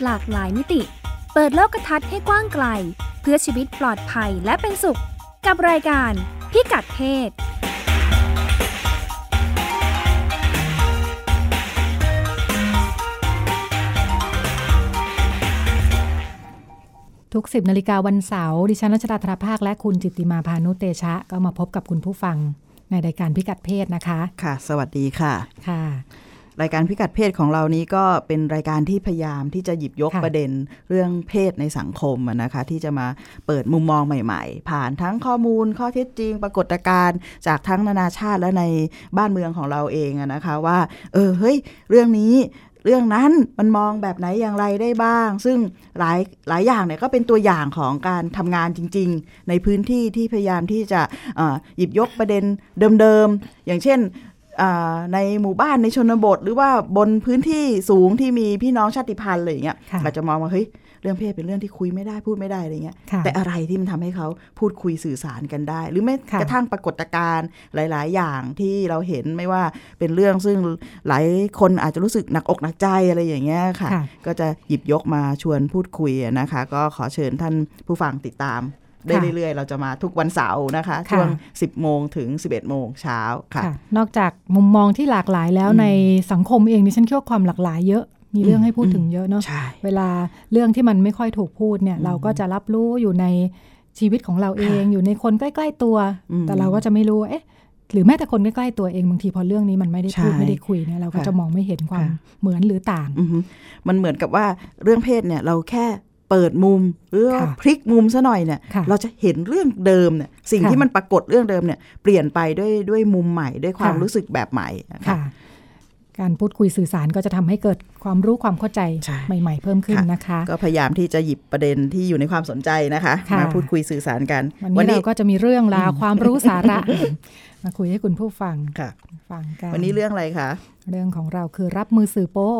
หลากหลายมิติเปิดโลกทัศน์ให้กว้างไกลเพื่อชีวิตปลอดภัยและเป็นสุขกับรายการพิกัดเพศทุก 10 นาฬิกาวันเสาร์ดิฉันรัชดาธราภาคและคุณจิตติมาพานุเตชะก็มาพบกับคุณผู้ฟังในรายการพิกัดเพศนะคะค่ะสวัสดีค่ะค่ะรายการพิกัดเพศของเรานี้ก็เป็นรายการที่พยายามที่จะหยิบยกประเด็นเรื่องเพศในสังคมนะคะที่จะมาเปิดมุมมองใหม่ๆผ่านทั้งข้อมูลข้อเท็จจริงปรากฏการณ์จากทั้งนานาชาติและในบ้านเมืองของเราเองนะคะว่าเฮ้ยเรื่องนี้เรื่องนั้นมันมองแบบไหนอย่างไรได้บ้างซึ่งหลายอย่างเนี่ยก็เป็นตัวอย่างของการทำงานจริงๆในพื้นที่ที่พยายามที่จะหยิบยกประเด็นเดิมๆอย่างเช่นในหมู่บ้านในชนบทหรือว่าบนพื้นที่สูงที่มีพี่น้องชาติพันธุ์อะไรอย่างเงี้ยอาจจะมองว่าเฮ้ยเรื่องเพศเป็นเรื่องที่คุยไม่ได้พูดไม่ได้อะไรเงี้ยแต่อะไรที่มันทำให้เขาพูดคุยสื่อสารกันได้หรือแม้กระทั่งปรากฏการณ์หลายๆอย่างที่เราเห็นไม่ว่าเป็นเรื่องซึ่งหลายคนอาจจะรู้สึกหนักอกหนักใจอะไรอย่างเงี้ยค่ะก็จะหยิบยกมาชวนพูดคุยนะคะก็ขอเชิญท่านผู้ฟังติดตามได้เรื่อยๆเราจะมาทุกวันเสาร์นะคะช่วง 10 โมงถึง 11 โมงเช้าค่ะนอกจากมุมมองที่หลากหลายแล้วในสังคมเองดิฉันคิดว่าความหลากหลายเยอะมีเรื่องให้พูดถึงเยอะเนาะเวลาเรื่องที่มันไม่ค่อยถูกพูดเนี่ยเราก็จะรับรู้อยู่ในชีวิตของเราเองอยู่ในคนใกล้ๆตัวแต่เราก็จะไม่รู้หรือแม้แต่คนใกล้ๆตัวเองบางทีพอเรื่องนี้มันไม่ได้พูดไม่ได้คุยเนี่ยเราก็จะมองไม่เห็นความเหมือนหรือต่างมันเหมือนกับว่าเรื่องเพศเนี่ยเราแค่เปิดมุมหรือพลิกมุมซะหน่อยเนี่ยเราจะเห็นเรื่องเดิมเนี่ยสิ่งที่มันปรากฏเรื่องเดิมเนี่ยเปลี่ยนไปด้วยมุมใหม่ด้วยความรู้สึกแบบใหม่ค่ะการพูดคุยสื่อสารก็จะทำให้เกิดความรู้ความเข้าใจใหม่ๆเพิ่มขึ้นนะคะก็พยายามที่จะหยิบประเด็นที่อยู่ในความสนใจนะคะมาพูดคุยสื่อสารกันวันนี้เราก็จะมีเรื่องราวความรู้สาระมาคุยให้คุณผู้ฟังฟังกันวันนี้เรื่องอะไรคะเรื่องของเราคือรับมือสื่อโป๊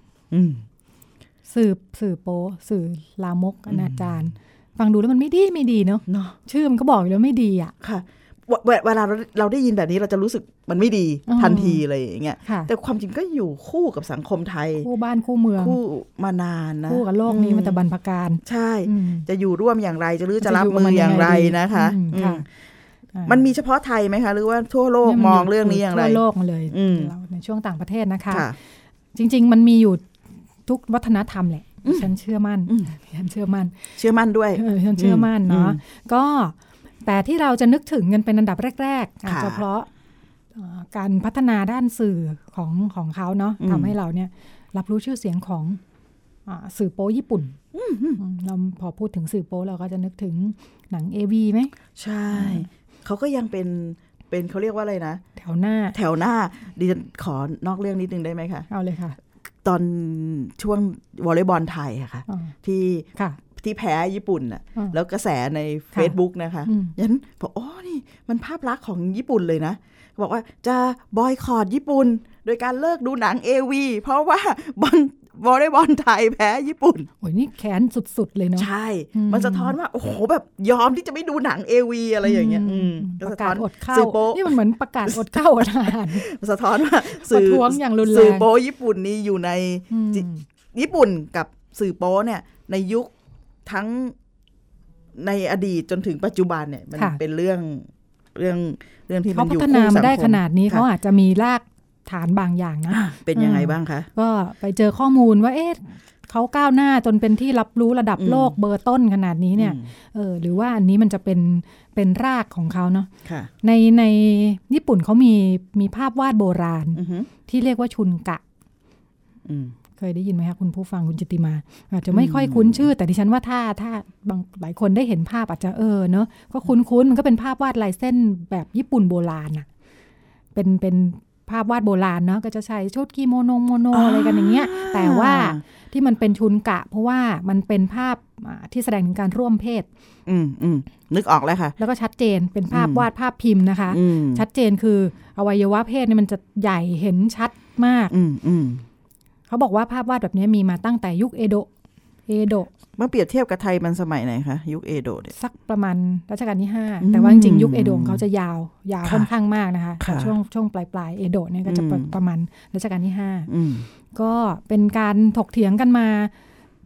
สื่อโป๊สื่อลามกอนาจารฟังดูแล้วมันไม่ดีเนาะชื่อมันก็บอกอยู่แล้วไม่ดีอ่ะค่ะเวลาเราได้ยินแบบนี้เราจะรู้สึกมันไม่ดีทันทีเลยอย่างเงี้ยแต่ความจริงก็อยู่คู่กับสังคมไทยคู่บ้านคู่เมืองคู่มานานนะคู่กับโลกนี้มันแต่บรรพการใช่จะอยู่ร่วมอย่างไรจะรับมืออย่างไรนะคะมันมีเฉพาะไทยไหมคะหรือว่าทั่วโลกมองเรื่องนี้อย่างไรทั่วโลกมาเลยในช่วงต่างประเทศนะคะจริงๆมันมีอยู่ทุกวัฒนธรรมแหละฉันเชื่อมั่นด้วยฉันเชื่อมั่นเนาะก็แต่ที่เราจะนึกถึงกันเป็นอันดับแรกๆอาจจะเพราะการพัฒนาด้านสื่อของเขาเนาะทำให้เราเนี่ยรับรู้ชื่อเสียงของสื่อโป๊ญี่ปุ่นเราพอพูดถึงสื่อโป๊เราก็จะนึกถึงหนัง AV ไหมใช่เขาก็ยังเป็นเขาเรียกว่าอะไรนะแถวหน้าดิฉันขอนอกเรื่องนิดนึงได้ไหมคะเอาเลยค่ะตอนช่วงวอลเลย์บอลไทยอะค่ะที่แพ้ญี่ปุ่นน่ะแล้วกระแสใน Facebook นะคะยันบอกนี่มันภาพลักษณ์ของญี่ปุ่นเลยนะบอกว่าจะบอยคอตญี่ปุ่นโดยการเลิกดูหนัง AV เพราะว่าวอลเลย์บอลไทยแพ้ญี่ปุ่นโอ้ยนี่แค้นสุดๆเลยเนาะใช่มันสะท้อนว่าโอ้โหแบบยอมที่จะไม่ดูหนัง AV อะไรอย่างเงี้ยประกาศอดข้าวนี่มันเหมือนประกาศอดข้าวอดอาหารสะท้อนว่าสื่อโป๊ญี่ปุ่นนี่อยู่ในญี่ปุ่นกับสื่อโป๊เนี่ยในยุคทั้งในอดีตจนถึงปัจจุบันเนี่ยมันเป็นเรื่องที่มันอยู่คู่สังคมเขาพัฒนามาได้ขนาดนี้เขาอาจจะมีรากฐานบางอย่างนะเป็นยังไงบ้างคะก็ไปเจอข้อมูลว่าเขาก้าวหน้าจนเป็นที่รับรู้ระดับโลกเบอร์ต้นขนาดนี้เนี่ยหรือว่าอันนี้มันจะเป็นรากของเขาเนาะในญี่ปุ่นเขามีภาพวาดโบราณที่เรียกว่าชุนกะเคยได้ยินไหมคะคุณผู้ฟังคุณจิตติมาอาจจะไม่ค่อยคุ้นชื่อแต่ดิฉันว่าถ้าบางหลายคนได้เห็นภาพอาจจะเนอะก็คุ้นมันก็เป็นภาพวาดลายเส้นแบบญี่ปุ่นโบราณอ่ะเป็นภาพวาดโบราณเนาะก็จะใช้ชุดกิโมโนอะไรกันอย่างเงี้ยแต่ว่าที่มันเป็นชุนกะเพราะว่ามันเป็นภาพที่แสดงถึงการร่วมเพศนึกออกแล้วค่ะแล้วก็ชัดเจนเป็นภาพวาดภาพพิมพ์นะคะชัดเจนคืออวัยวะเพศเนี่ยมันจะใหญ่เห็นชัดมากเขาบอกว่าภาพวาดแบบนี้มีมาตั้งแต่ยุคเอโดะเมื่อเปรียบเทียบกับไทยมันสมัยไหนคะยุคเอโดะสักประมาณรัชกาลที่5แต่ว่าจริงๆยุคเอโดะเขาจะยาวค่อนข้างมากนะคะแต่ช่วงปลายเอโดะเนี่ยก็จะประมาณรัชกาลที่5ก็เป็นการถกเถียงกันมา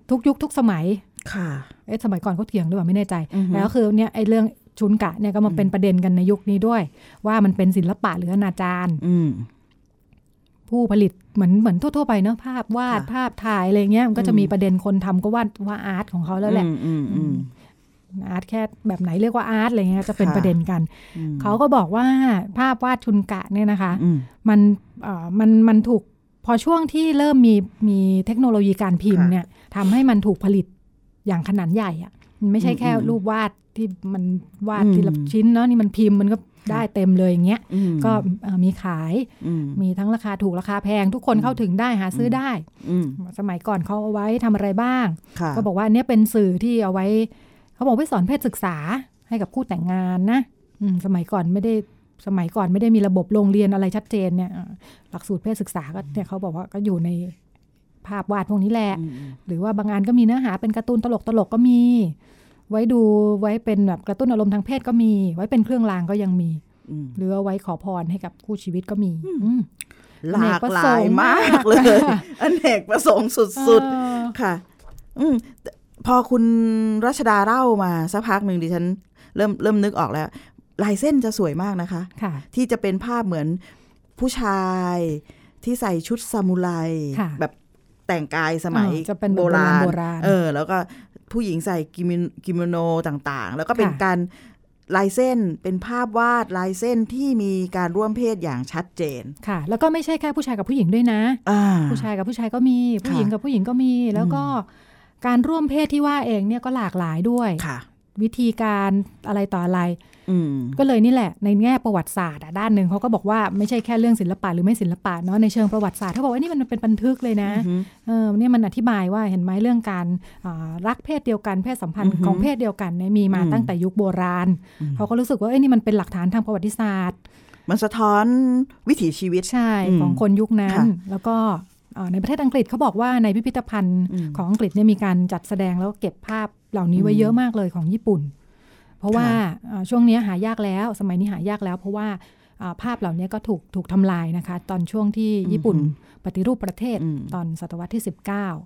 ทุกยุคทุกสมัยค่ะสมัยก่อนเขาเถียงหรือเปล่าไม่แน่ใจแล้วคือเนี่ยไอ้เรื่องชุนกะเนี่ยก็มาเป็นประเด็นกันในยุคนี้ด้วยว่ามันเป็นศิลปะหรืออนาจารผู้ผลิตเหมือนทั่วๆไปเนอะภาพวาดภาพถ่ายอะไรเงี้ยมันก็จะมีประเด็นคนทำก็ว่าอาร์ตของเขาแล้วแหละอาร์ตแค่แบบไหนเรียกว่าอาร์ตอะไรเงี้ยจะเป็นประเด็นกันเขาก็บอกว่าภาพวาดชุนกะเนี่ยนะคะมันถูกพอช่วงที่เริ่มมีเทคโนโลยีการพิมพ์เนี่ยทำให้มันถูกผลิตอย่างขนาดใหญ่อ่ะมันไม่ใช่แค่รูปวาดที่มันวาดทีละชิ้นเนาะนี่มันพิมพ์มันก็ได้เต็มเลยอย่างเงี้ยก็มีขายมีทั้งราคาถูกราคาแพงทุกคนเข้าถึงได้หาซื้อได้สมัยก่อนเขาเอาไว้ทำอะไรบ้างก็บอกว่าเนี่ยเป็นสื่อที่เอาไว้เขาบอกไว้สอนเพศศึกษาให้กับคู่แต่งงานนะสมัยก่อนไม่ได้มีระบบโรงเรียนอะไรชัดเจนเนี่ยหลักสูตรเพศศึกษาก็เนี่ยเขาบอกว่าก็อยู่ในภาพวาดพวกนี้แหละหรือว่าบางงานก็มีเนื้อหาเป็นการ์ตูนตลกก็มีไว้ดูไว้เป็นแบบกระตุ้นอารมณ์ทางเพศก็มีไว้เป็นเครื่องรางก็ยังมีหรือเอาไว้ขอพรให้กับคู่ชีวิตก็มีหลากหลายมากเลยอเนกประสงค์สุดๆค่ะพอคุณรัชดาเล่ามาสักพักหนึ่งดิฉันเริ่มนึกออกแล้วลายเส้นจะสวยมากนะคะที่จะเป็นภาพเหมือนผู้ชายที่ใส่ชุดซามูไรแบบแต่งกายสมัยโบราณแล้วก็ผู้หญิงใส่กิโมโนต่างๆแล้วก็เป็นการลายเส้นเป็นภาพวาดลายเส้นที่มีการร่วมเพศอย่างชัดเจนค่ะแล้วก็ไม่ใช่แค่ผู้ชายกับผู้หญิงด้วยนะผู้ชายกับผู้ชายก็มีผู้หญิงกับผู้หญิงก็มีแล้วก็การร่วมเพศที่ว่าเองเนี่ยก็หลากหลายด้วยวิธีการอะไรต่ออะไรก็เลยนี่แหละในแง่ประวัติศาสตร์ด้านหนึ่งเขาก็บอกว่าไม่ใช่แค่เรื่องศิลปะหรือไม่ศิลปะเนาะในเชิงประวัติศาสตร์เขาบอกว่านี่มันเป็นบันทึกเลยนะเนี่ยมันอธิบายว่าเห็นไหมเรื่องการรักเพศเดียวกันเพศสัมพันธ์ของเพศเดียวกันเนี่ยมีมาตั้งแต่ยุคโบราณเขาก็รู้สึกว่านี่มันเป็นหลักฐานทางประวัติศาสตร์มันสะท้อนวิถีชีวิตใช่ของคนยุคนั้นแล้วก็ในประเทศอังกฤษเขาบอกว่าในพิพิธภัณฑ์ของอังกฤษเนี่ยมีการจัดแสดงแล้วเก็บภาพเหล่านี้ไว้เยอะมากเลยของญี่ปุ่นเพราะว่าช่วงนี้หายากแล้วสมัยนี้หายากแล้วเพราะว่าภาพเหล่านี้ก็ถูกทำลายนะคะตอนช่วงที่ญี่ปุ่นปฏิรูปประเทศตอนศตวรรษที่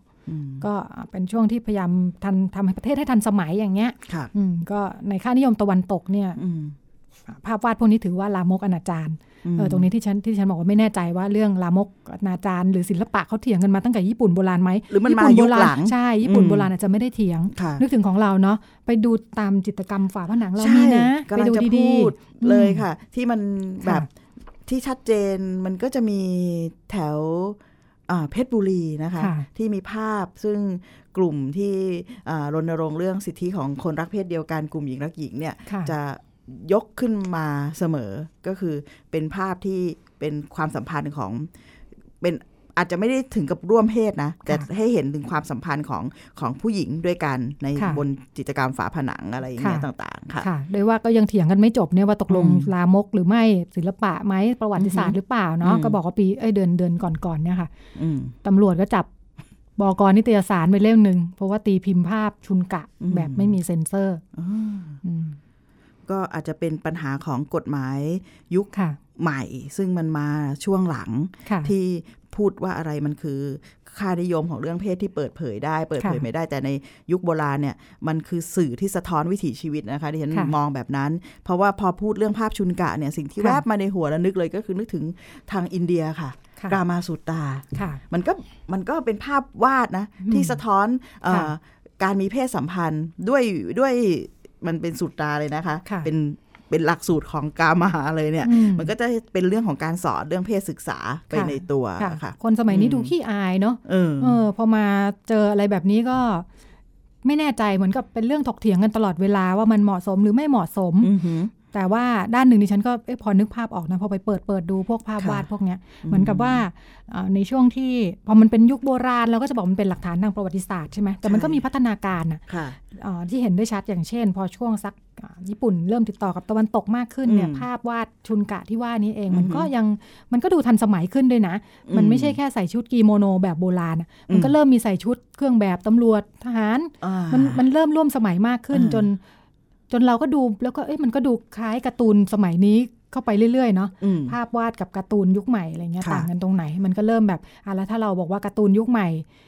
19ก็เป็นช่วงที่พยายามทำให้ประเทศให้ทันสมัยอย่างเงี้ยก็ในค่านิยมตะวันตกเนี่ยภาพวาดพวกนี้ถือว่าลามกอนาจารตรงนี้ที่ฉันบอกว่าไม่แน่ใจว่าเรื่องลามกอนาจารหรือศิลปะเขาเถียงกันมาตั้งแต่ญี่ปุ่นโบราณไหมหรือมันมายุคหลังใช่ญี่ปุ่นโบราณอาจจะไม่ได้เถียงนึกถึงของเราเนาะไปดูตามจิตรกรรมฝาผนังเรามีนะไปดูดีๆเลยค่ะที่มันแบบที่ชัดเจนมันก็จะมีแถวเพชรบุรีนะคะที่มีภาพซึ่งกลุ่มที่รณรงค์เรื่องสิทธิของคนรักเพศเดียวกันกลุ่มหญิงรักหญิงเนี่ยจะยกขึ้นมาเสมอก็คือเป็นภาพที่เป็นความสัมพันธ์ของเป็นอาจจะไม่ได้ถึงกับร่วมเพศนะแต่ให้เห็นถึงความสัมพันธ์ของผู้หญิงด้วยกันในบนจิตรกรรมฝาผนังอะไรอย่างเงี้ยต่างๆค่ะโดยว่าก็ยังเถียงกันไม่จบเนี่ยว่าตกลงลามกหรือไม่ศิลปะไหมประวัติศาสตร์หรือเปล่าเนาะก็บอกว่าปีเดือนก่อนเนี่ยค่ะตำรวจก็จับบก.นิตยสารไปเล่มนึงเพราะว่าตีพิมพ์ภาพชุนกะแบบไม่มีเซ็นเซอร์ก็อาจจะเป็นปัญหาของกฎหมายยุคใหม่ซึ่งมันมาช่วงหลังที่พูดว่าอะไรมันคือค่านิยมของเรื่องเพศที่เปิดเผยได้เปิดเผยไม่ได้แต่ในยุคโบราณเนี่ยมันคือสื่อที่สะท้อนวิถีชีวิตนะคะที่ฉันมองแบบนั้นเพราะว่าพอพูดเรื่องภาพชุนกะเนี่ยสิ่งที่แวบมาในหัวแล้วนึกเลยก็คือนึกถึงทางอินเดียค่ะกามาสุตรามันก็เป็นภาพวาดนะที่สะท้อนการมีเพศสัมพันธ์ด้วยมันเป็นสุตราเลยนะคะเป็นหลักสูตรของกามาเลยเนี่ยมันก็จะเป็นเรื่องของการสอนเรื่องเพศศึกษาไปในตัวค่ะคนสมัยนี้ดูขี้อายเนาะพอมาเจออะไรแบบนี้ก็ไม่แน่ใจเหมือนกับเป็นเรื่องถกเถียงกันตลอดเวลาว่ามันเหมาะสมหรือไม่เหมาะสมแต่ว่าด้านหนึ่งดิฉันก็พอนึกภาพออกนะพอไปเปิดดูพวกภาพวาดพวกเนี้ยเหมือนกับว่าในช่วงที่พอมันเป็นยุคโบราณเราก็จะบอกมันเป็นหลักฐานทางประวัติศาสตร์ใช่ไหมแต่มันก็มีพัฒนาการที่เห็นได้ชัดอย่างเช่นพอช่วงสักญี่ปุ่นเริ่มติดต่อกับตะวันตกมากขึ้นเนี่ยภาพวาดชุนกะที่ว่านี้เองมันก็ดูทันสมัยขึ้นด้วยนะมันไม่ใช่แค่ใส่ชุดกิโมโนแบบโบราณมันก็เริ่มมีใส่ชุดเครื่องแบบตำรวจทหารมันเริ่มร่วมสมัยมากขึ้นจนเราก็ดูแล้วก็มันก็ดูคล้ายการ์ตูนสมัยนี้เข้าไปเรื่อยๆเนาะภาพวาดกับการ์ตูนยุคใหม่อะไรเงี้ยต่างกันตรงไหนมันก็เริ่มแบบแล้วถ้าเราบอกว่าการ์ตูนยุคใหม่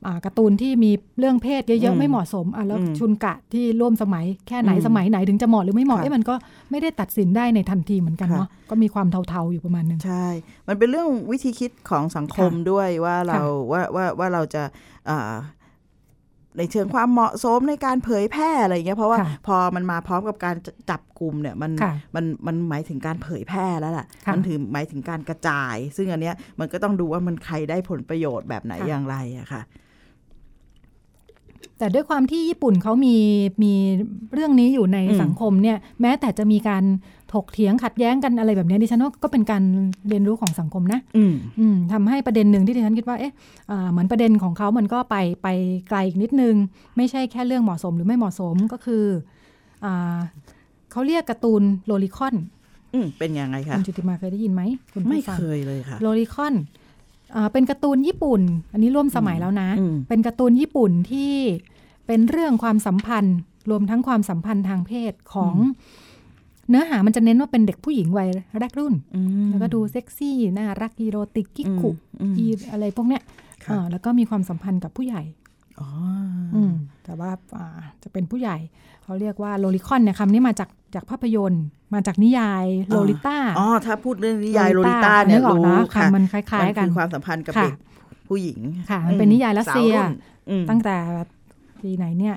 การ์ตูนที่มีเรื่องเพศเยอะๆไม่เหมาะสมแล้วชุนกะที่ร่วมสมัยแค่ไหนสมัยไหนถึงจะเหมาะหรือไม่เหมาะมันก็ไม่ได้ตัดสินได้ในทันทีเหมือนกันเนาะก็มีความเทาๆอยู่ประมาณนึงใช่มันเป็นเรื่องวิธีคิดของสังคมด้วยว่าเราว่าเราจะในเชิงความเหมาะสมในการเผยแพร่อะไรอย่างเงี้ยเพราะว่าพอมันมาพร้อมกับการจับกลุ่มเนี่ยมันหมายถึงการเผยแพร่แล้วล่ะมันถึงหมายถึงการกระจายซึ่งอันเนี้ยมันก็ต้องดูว่ามันใครได้ผลประโยชน์แบบไหนอย่างไรอะค่ะแต่ด้วยความที่ญี่ปุ่นเขามีเรื่องนี้อยู่ในสังคมเนี่ยแม้แต่จะมีการถกเถียงขัดแย้งกันอะไรแบบนี้ดิฉันว่าก็เป็นการเรียนรู้ของสังคมนะทำให้ประเด็นหนึ่งที่ดิฉันคิดว่าเหมือนประเด็นของเขามันก็ไปไกลอีกนิดนึงไม่ใช่แค่เรื่องเหมาะสมหรือไม่เหมาะสมก็คือเขาเรียกการ์ตูนโลลิคอนเป็นยังไงคะคุณจุติมาเคยได้ยินไหมคุณไม่เคยเลยค่ะโลลิคอนเป็นการ์ตูนญี่ปุ่นอันนี้ร่วมสมัยแล้วนะเป็นการ์ตูนญี่ปุ่นที่เป็นเรื่องความสัมพันธ์รวมทั้งความสัมพันธ์ทางเพศของเนื้อหามันจะเน้นว่าเป็นเด็กผู้หญิงวัยแรกรุ่นแล้วก็ดูเซ็กซี่น่ารักอีโรติกกิ๊กกุอะไรพวกเนี้ยแล้วก็มีความสัมพันธ์กับผู้ใหญ่แต่ว่าจะเป็นผู้ใหญ่เขาเรียกว่าโลลิคอนเนี่ยคำนี้มาจากภาพยนตร์มาจากนิยายโลลิต้าถ้าพูดเรื่องนิยายโลลิต้าเนี่ยรู้ค่ะมันคล้ายๆกันคือความสัมพันธ์กับเด็กผู้หญิงค่ะมันเป็นนิยายรัสเซียตั้งแต่ปีไหนเนี่ย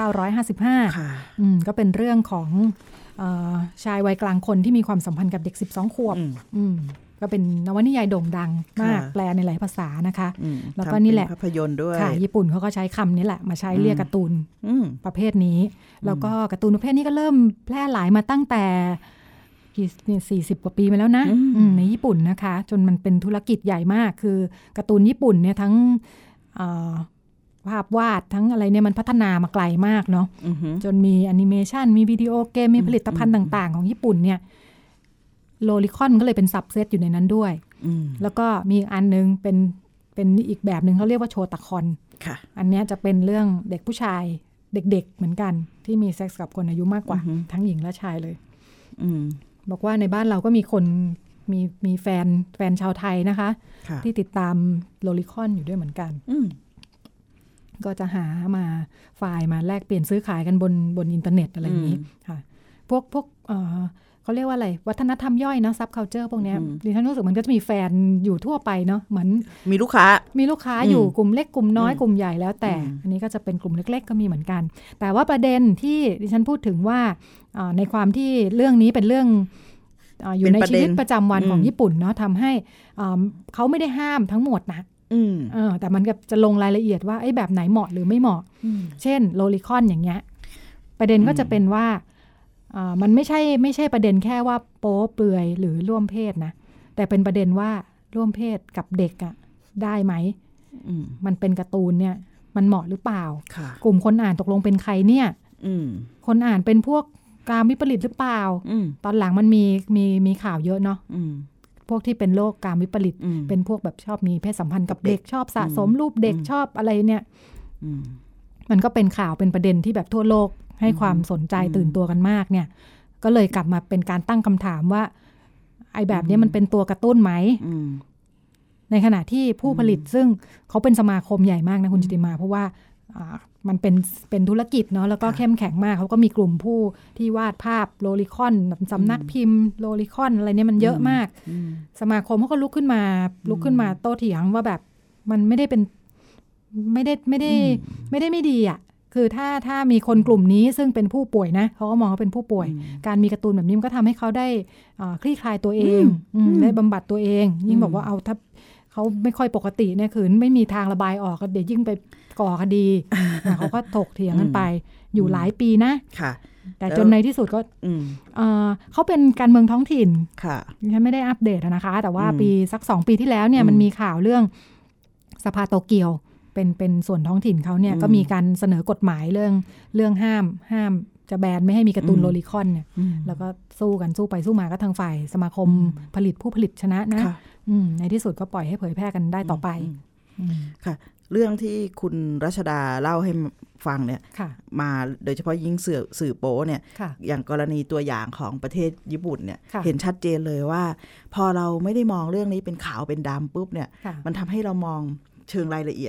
1955ก็เป็นเรื่องของชายวัยกลางคนที่มีความสัมพันธ์กับเด็ก12ขวบก็เป็นนวนิยายโด่งดังมากแปลในหลายภาษานะคะแล้วก็นี่แหละภาพยนตร์ด้วยค่ะญี่ปุ่นเขาก็ใช้คำนี้แหละมาใช้เรียกการ์ตูนประเภทนี้แล้วก็การ์ตูนประเภทนี้ก็เริ่มแพร่หลายมาตั้งแต่40 กว่าปีมาแล้วนะในญี่ปุ่นนะคะจนมันเป็นธุรกิจใหญ่มากคือการ์ตูนญี่ปุ่นเนี่ยทั้งภาพวาดทั้งอะไรเนี่ยมันพัฒนามาไกลมากเนาะจนมีแอนิเมชันมีวิดีโอเกมมีผลิตภัณฑ์ต่างๆของญี่ปุ่นเนี่ยโลลิคอนก็เลยเป็นซับเซตอยู่ในนั้นด้วยแล้วก็มีอันนึงเป็นอีกแบบนึงเขาเรียกว่าโชตะคอนอันนี้จะเป็นเรื่องเด็กผู้ชายเด็กๆเหมือนกันที่มีเซ็กส์กับคนอายุมากกว่าทั้งหญิงและชายเลยบอกว่าในบ้านเราก็มีคนมีแฟนชาวไทยนะคะที่ติดตามโลลิคอนอยู่ด้วยเหมือนกันก็จะหามาไฟล์มาแลกเปลี่ยนซื้อขายกันบนอินเทอร์เน็ตอะไรอย่างนี้ค่ะพวกเขาเรียกว่าอะไรวัฒนธรรมย่อยเนาะซับคัลเจอร์พวกนี้ดิฉันรู้สึกมันก็จะมีแฟนอยู่ทั่วไปเนาะเหมือนมีลูกค้าอยู่กลุ่มเล็กกลุ่มน้อยกลุ่มใหญ่แล้วแต่อันนี้ก็จะเป็นกลุ่มเล็กๆก็มีเหมือนกันแต่ว่าประเด็นที่ดิฉันพูดถึงว่าในความที่เรื่องนี้เป็นเรื่องอยู่ในชีวิตประจำวันของญี่ปุ่นเนาะทำให้เขาไม่ได้ห้ามทั้งหมดนะแต่มันก็จะลงรายละเอียดว่าแบบไหนเหมาะหรือไม่เหมาะเช่นโลลิคอนอย่างเงี้ยประเด็นก็จะเป็นว่ามันไม่ใช่ประเด็นแค่ว่าโป๊เปลือยหรือร่วมเพศนะแต่เป็นประเด็นว่าร่วมเพศกับเด็กได้ไหมมันเป็นการ์ตูนเนี่ยมันเหมาะหรือเปล่ากลุ่มคนอ่านตกลงเป็นใครเนี่ยคนอ่านเป็นพวกกามวิปริตหรือเปล่าตอนหลังมันมีข่าวเยอะเนาะพวกที่เป็นโรคกามวิปริตเป็นพวกแบบชอบมีเพศสัมพันธ์กับเด็กชอบสะสมรูปเด็กชอบอะไรเนี่ยมันก็เป็นข่าวเป็นประเด็นที่แบบทั่วโลกให้ความสนใจตื่นตัวกันมากเนี่ยก็เลยกลับมาเป็นการตั้งคำถามว่าไอ้แบบนี้มันเป็นตัวกระตุ้นไหมในขณะที่ผู้ผลิตซึ่งเขาเป็นสมาคมใหญ่มากนะคุณจิติมาเพราะว่ามันเป็นธุรกิจเนาะแล้วก็เข้มแข็งมากเขาก็มีกลุ่มผู้ที่วาดภาพโลลิคอนสำนักพิมพ์โลลิคอนอะไรเนี่ยมันเยอะมากสมาคมเขาก็ลุกขึ้นมาโต้เถียงว่าแบบมันไม่ได้เป็นไม่ได้ไม่ดีอ่ะคือถ้ามีคนกลุ่มนี้ซึ่งเป็นผู้ป่วยนะเขาก็มองว่าเป็นผู้ป่วยการมีการ์ตูนแบบนี้มันก็ทำให้เขาได้คลี่คลายตัวเองได้บำบัดตัวเองยิ่งบอกว่าเอาถ้าเขาไม่ค่อยปกติเนี่ยคือไม่มีทางระบายออกก็เดี๋ยวยิ่งไปก่อคดีเขาก็ถกเถียงกันไปอยู่หลายปีนะแต่จนในที่สุดก็เขาเป็นการเมืองท้องถิ่นฉันไม่ได้อัปเดตนะคะแต่ว่าปีสัก2 ปีที่แล้วเนี่ยมันมีข่าวเรื่องสภาโตเกียวเป็นส่วนท้องถิ่นเขาเนี่ยก็มีการเสนอกฎหมายเรื่องห้ามจะแบนไม่ให้มีการ์ตูนโลลิคอนเนี่ยแล้วก็สู้ไปสู้มาก็ทางฝ่ายสมาคมผู้ผลิตชนะนะในที่สุดก็ปล่อยให้เผยแพร่กันได้ต่อไปค่ะเรื่องที่คุณรัชดาเล่าให้ฟังเนี่ยมาโดยเฉพาะยิ่งสื่อโป๊เนี่ยอย่างกรณีตัวอย่างของประเทศญี่ปุ่นเนี่ยเห็นชัดเจนเลยว่าพอเราไม่ได้มองเรื่องนี้เป็นขาวเป็นดำปุ๊บเนี่ยมันทำให้เรามองเชิงรายละเอียดเนี่ย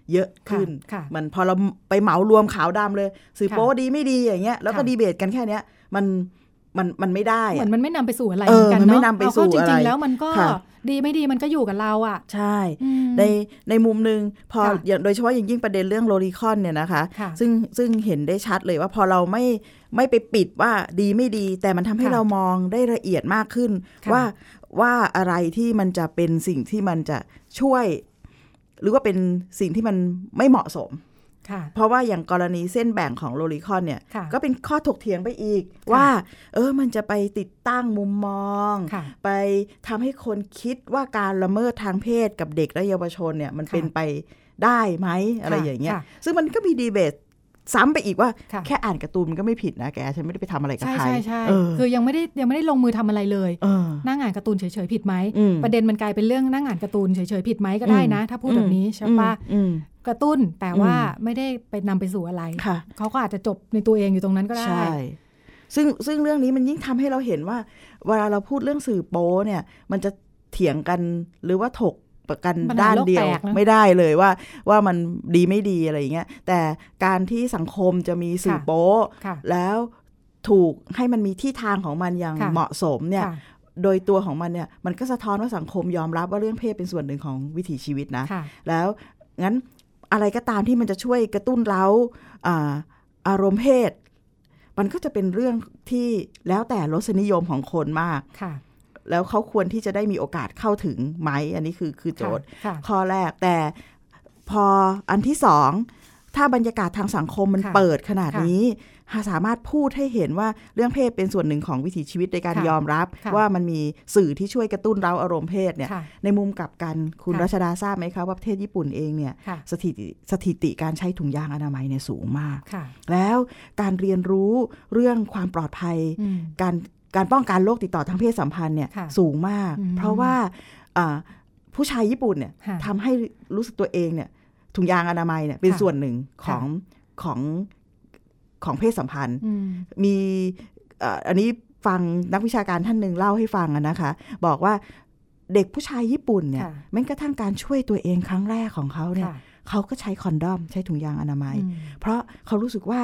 เยอะขึ้นมันพอเราไปเหมารวมขาวดำเลยสื่อโป๊ดีไม่ดีอย่างเงี้ยแล้วก็ดีเบตกันแค่เนี้ยมันไม่ได้เหมือนมันไม่นำไปสู่อะไรเหมือนกันเนาะไม่นำไปสู่อะไรจริงๆแล้วมันก็ดีไม่ดีมันก็อยู่กับเราอ่ะใช่ในมุมนึงพอโดยเฉพาะอย่างยิ่งประเด็นเรื่องโลลิคอนเนี่ยนะคะซึ่งเห็นได้ชัดเลยว่าพอเราไม่ไปปิดว่าดีไม่ดีแต่มันทำให้เรามองได้ละเอียดมากขึ้นว่าอะไรที่มันจะเป็นสิ่งที่มันจะช่วยหรือว่าเป็นสิ่งที่มันไม่เหมาะสมเพราะว่าอย่างกรณีเส้นแบ่งของโลลิคอนเนี่ยก็เป็นข้อถกเถียงไปอีกว่ามันจะไปติดตั้งมุมมองไปทำให้คนคิดว่าการละเมิดทางเพศกับเด็กและเยาวชนเนี่ยมันเป็นไปได้ไหมอะไรอย่างเงี้ยซึ่งมันก็มีดีเบตซ้ำไปอีกว่าแค่อ่านการ์ตูนมันก็ไม่ผิดนะแกฉันไม่ได้ไปทำอะไรกับใครใช่คือยังไม่ได้ลงมือทำอะไรเลยนั่งอ่านการ์ตูนเฉยๆผิดไหมประเด็นมันกลายเป็นเรื่องนั่งอ่านการ์ตูนเฉยๆผิดไหมก็ได้นะถ้าพูดแบบนี้ใช่ปะกระตุ้นแต่ว่าไม่ได้ไปนำไปสู่อะไรเขาก็อาจจะจบในตัวเองอยู่ตรงนั้นก็ได้ใช่ซึ่งเรื่องนี้มันยิ่งทำให้เราเห็นว่าเวลาเราพูดเรื่องสื่อโป๊เนี่ยมันจะเถียงกันหรือว่าถกประกันด้านเดียวไม่ได้เลยว่ามันดีไม่ดีอะไรอย่างเงี้ยแต่การที่สังคมจะมีสื่อโป๊แล้วถูกให้มันมีที่ทางของมันอย่างเหมาะสมเนี่ยโดยตัวของมันเนี่ยมันก็สะท้อนว่าสังคมยอมรับว่าเรื่องเพศเป็นส่วนหนึ่งของวิถีชีวิตนะแล้วงั้นอะไรก็ตามที่มันจะช่วยกระตุ้นเร้าอารมณ์เพศมันก็จะเป็นเรื่องที่แล้วแต่รสนิยมของคนมากแล้วเขาควรที่จะได้มีโอกาสเข้าถึงไหมอันนี้คือโจทย์ข้อแรกแต่พออันที่สองถ้าบรรยากาศทางสังคมมันเปิดขนาดนี้สามารถพูดให้เห็นว่าเรื่องเพศเป็นส่วนหนึ่งของวิถีชีวิตในการยอมรับว่ามันมีสื่อที่ช่วยกระตุ้นเร้าอารมณ์เพศเนี่ยในมุมกลับกันคุณรัชดาทราบไหมคะว่าประเทศญี่ปุ่นเองเนี่ยสถิติการใช้ถุงยางอนามัยเนี่ยสูงมากแล้วการเรียนรู้เรื่องความปลอดภัยการป้องกันโรคติดต่อทางเพศสัมพันธ์เนี่ยสูงมากเพราะว่าผู้ชายญี่ปุ่นเนี่ยทำให้รู้สึกตัวเองเนี่ยถุงยางอนามัยเนี่ยเป็นส่วนหนึ่งของเพศสัมพันธ์มีอันนี้ฟังนักวิชาการท่านหนึ่งเล่าให้ฟังนะคะบอกว่าเด็กผู้ชายญี่ปุ่นเนี่ยแม้กระทั่งการช่วยตัวเองครั้งแรกของเขาเนี่ยเขาก็ใช้คอนดอมใช้ถุงยางอนามัยเพราะเขารู้สึกว่า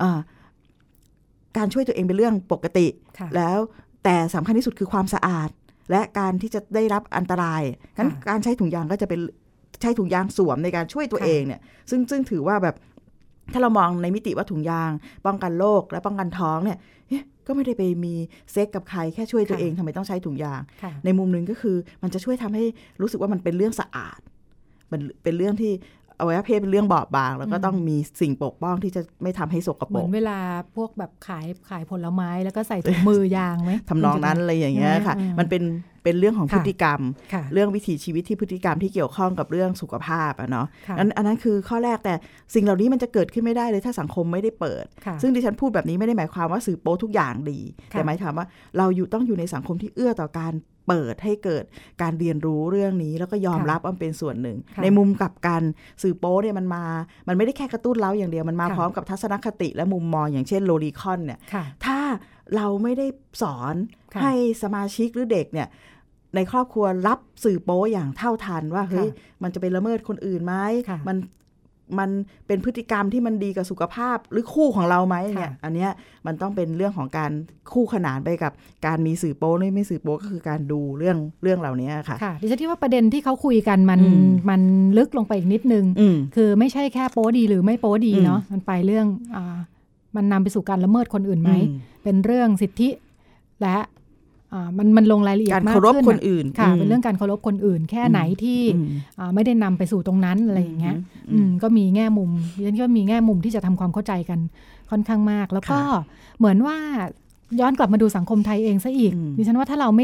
การช่วยตัวเองเป็นเรื่องปกติแล้วแต่สำคัญที่สุดคือความสะอาดและการที่จะได้รับอันตรายงั้นการใช้ถุงยางก็จะเป็นใช้ถุงยางสวมในการช่วยตัวเองเนี่ยซึ่งถือว่าแบบถ้าเรามองในมิติว่าถุงยางป้องกันโรคและป้องกันท้องเนี่ยก็ไม่ได้ไปมีเซ็กกับใครแค่ช่วยตัวเองทำไมต้องใช้ถุงยางในมุมนึงก็คือมันจะช่วยทำให้รู้สึกว่ามันเป็นเรื่องสะอาดมันเป็นเรื่องที่อวัยวะเพศเป็นเรื่องบอบบางแล้วก็ต้องมีสิ่งปกป้องที่จะไม่ทำให้สกปรกเหมือนเวลาพวกแบบขายผลไม้แล้วก็ใส่ถุงมือยางไหมทำนองนั้นอะไรอย่างเงี้ยค่ะมันเป็นเรื่องของพฤติกรรมเรื่องวิถีชีวิตที่พฤติกรรมที่เกี่ยวข้องกับเรื่องสุขภาพเนาะอันนั้นคือข้อแรกแต่สิ่งเหล่านี้มันจะเกิดขึ้นไม่ได้เลยถ้าสังคมไม่ได้เปิดซึ่งดิฉันพูดแบบนี้ไม่ได้หมายความว่าสื่อโป๊ทุกอย่างดีแต่หมายความว่าเราต้องอยู่ในสังคมที่เอื้อต่อการเปิดให้เกิดการเรียนรู้เรื่องนี้แล้วก็ยอมรับว่าเป็นส่วนหนึ่งในมุมกลับกันสื่อโป๊เนี่ยมันไม่ได้แค่กระตุ้นเราอย่างเดียวมันมาพร้อมกับทัศนคติและมุมมองอย่างเช่นโลลิคอนเนี่ยถ้าเราไม่ได้สอนให้สมาชิกหรือเด็กเนี่ยในครอบครัวรับสื่อโป๊อย่างเท่าทันว่าเฮ้ยมันจะไปละเมิดคนอื่นไหมมันเป็นพฤติกรรมที่มันดีกับสุขภาพหรือคู่ของเราไหมเนี่ยอันเนี้ยมันต้องเป็นเรื่องของการคู่ขนานไปกับการมีสื่อโป๊หรือไม่สื่อโป๊ก็คือการดูเรื่องเหล่านี้ค่ะดิฉันคิดว่าประเด็นที่เขาคุยกันมันลึกลงไปอีกนิดนึงคือไม่ใช่แค่โป๊ดีหรือไม่โป๊ดีเนาะมันไปเรื่องมันนำไปสู่การละเมิดคนอื่นไหมเป็นเรื่องสิทธิและมันลงรายละเอียดมากขึ้นการเคารพคนอื่นค่ะเป็นเรื่องการเคารพคนอื่นแค่ไหนที่ไม่ได้นำไปสู่ตรงนั้นอะไรอย่างเงี้ยก็มีแง่มุมดิฉันก็มีแง่มุมที่จะทำความเข้าใจกันค่อนข้างมากแล้วก็เหมือนว่าย้อนกลับมาดูสังคมไทยเองซะอีกดิฉันว่าถ้าเราไม่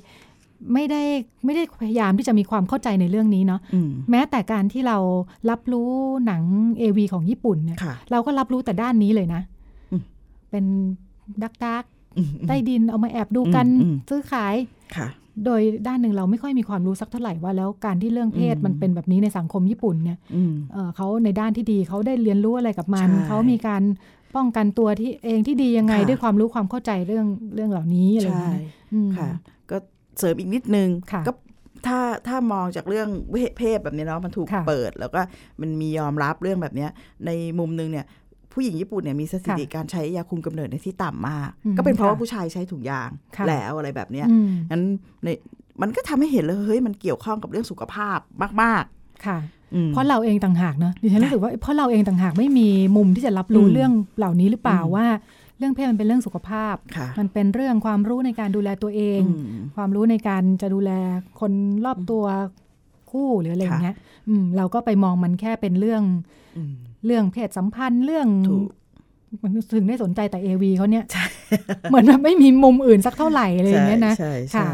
ได้พยายามที่จะมีความเข้าใจในเรื่องนี้เนาะแม้แต่การที่เรารับรู้หนัง AV ของญี่ปุ่นเนี่ยเราก็รับรู้แต่ด้านนี้เลยนะเป็นดักใต้ดินเอามาแอบดูกันซื้อขายโดยด้านหนึ่งเราไม่ค่อยมีความรู้สักเท่าไหร่ว่าแล้วการที่เรื่องเพศมันเป็นแบบนี้ในสังคมญี่ปุ่นเนี่ยเขาในด้านที่ดีเขาได้เรียนรู้อะไรกับมันเขามีการป้องกันตัวที่เองที่ดียังไงด้วยความรู้ความเข้าใจเรื่องเหล่านี้อะไรอย่างเงี้ยค่ะก็เสริมอีกนิดนึงก็ถ้ามองจากเรื่องเพศแบบนี้เนาะมันถูกเปิดแล้วก็มันมียอมรับเรื่องแบบนี้ในมุมนึงเนี่ยผู้หญิงญี่ปุ่นเนี่ยมีสถิติการใช้ยาคุมกำเนิดในที่ต่ำมากก็เป็นเพราะว่าผู้ชายใช้ถุงยางแล้วอะไรแบบนี้งั้นมันก็ทำให้เห็นเลยเฮ้ยมันเกี่ยวข้องกับเรื่องสุขภาพมากๆค่ะเพราะเราเองต่างหากเนอะดิฉันรู้สึกว่าเพราะเราเองต่างหากไม่มีมุมที่จะรับรู้เรื่องเหล่านี้หรือเปล่าว่าเรื่องเพศมันเป็นเรื่องสุขภาพมันเป็นเรื่องความรู้ในการดูแลตัวเองความรู้ในการจะดูแลคนรอบตัวคู่หรืออะไรอย่างเงี้ยเราก็ไปมองมันแค่เป็นเรื่องเพศสัมพันธ์เรื่องมันถึงได้สนใจแต่ AV เขาเนี่ยเหมือนไม่มีมุมอื่นสักเท่าไหร่เลยอย่างเงี้ยนะค่ะ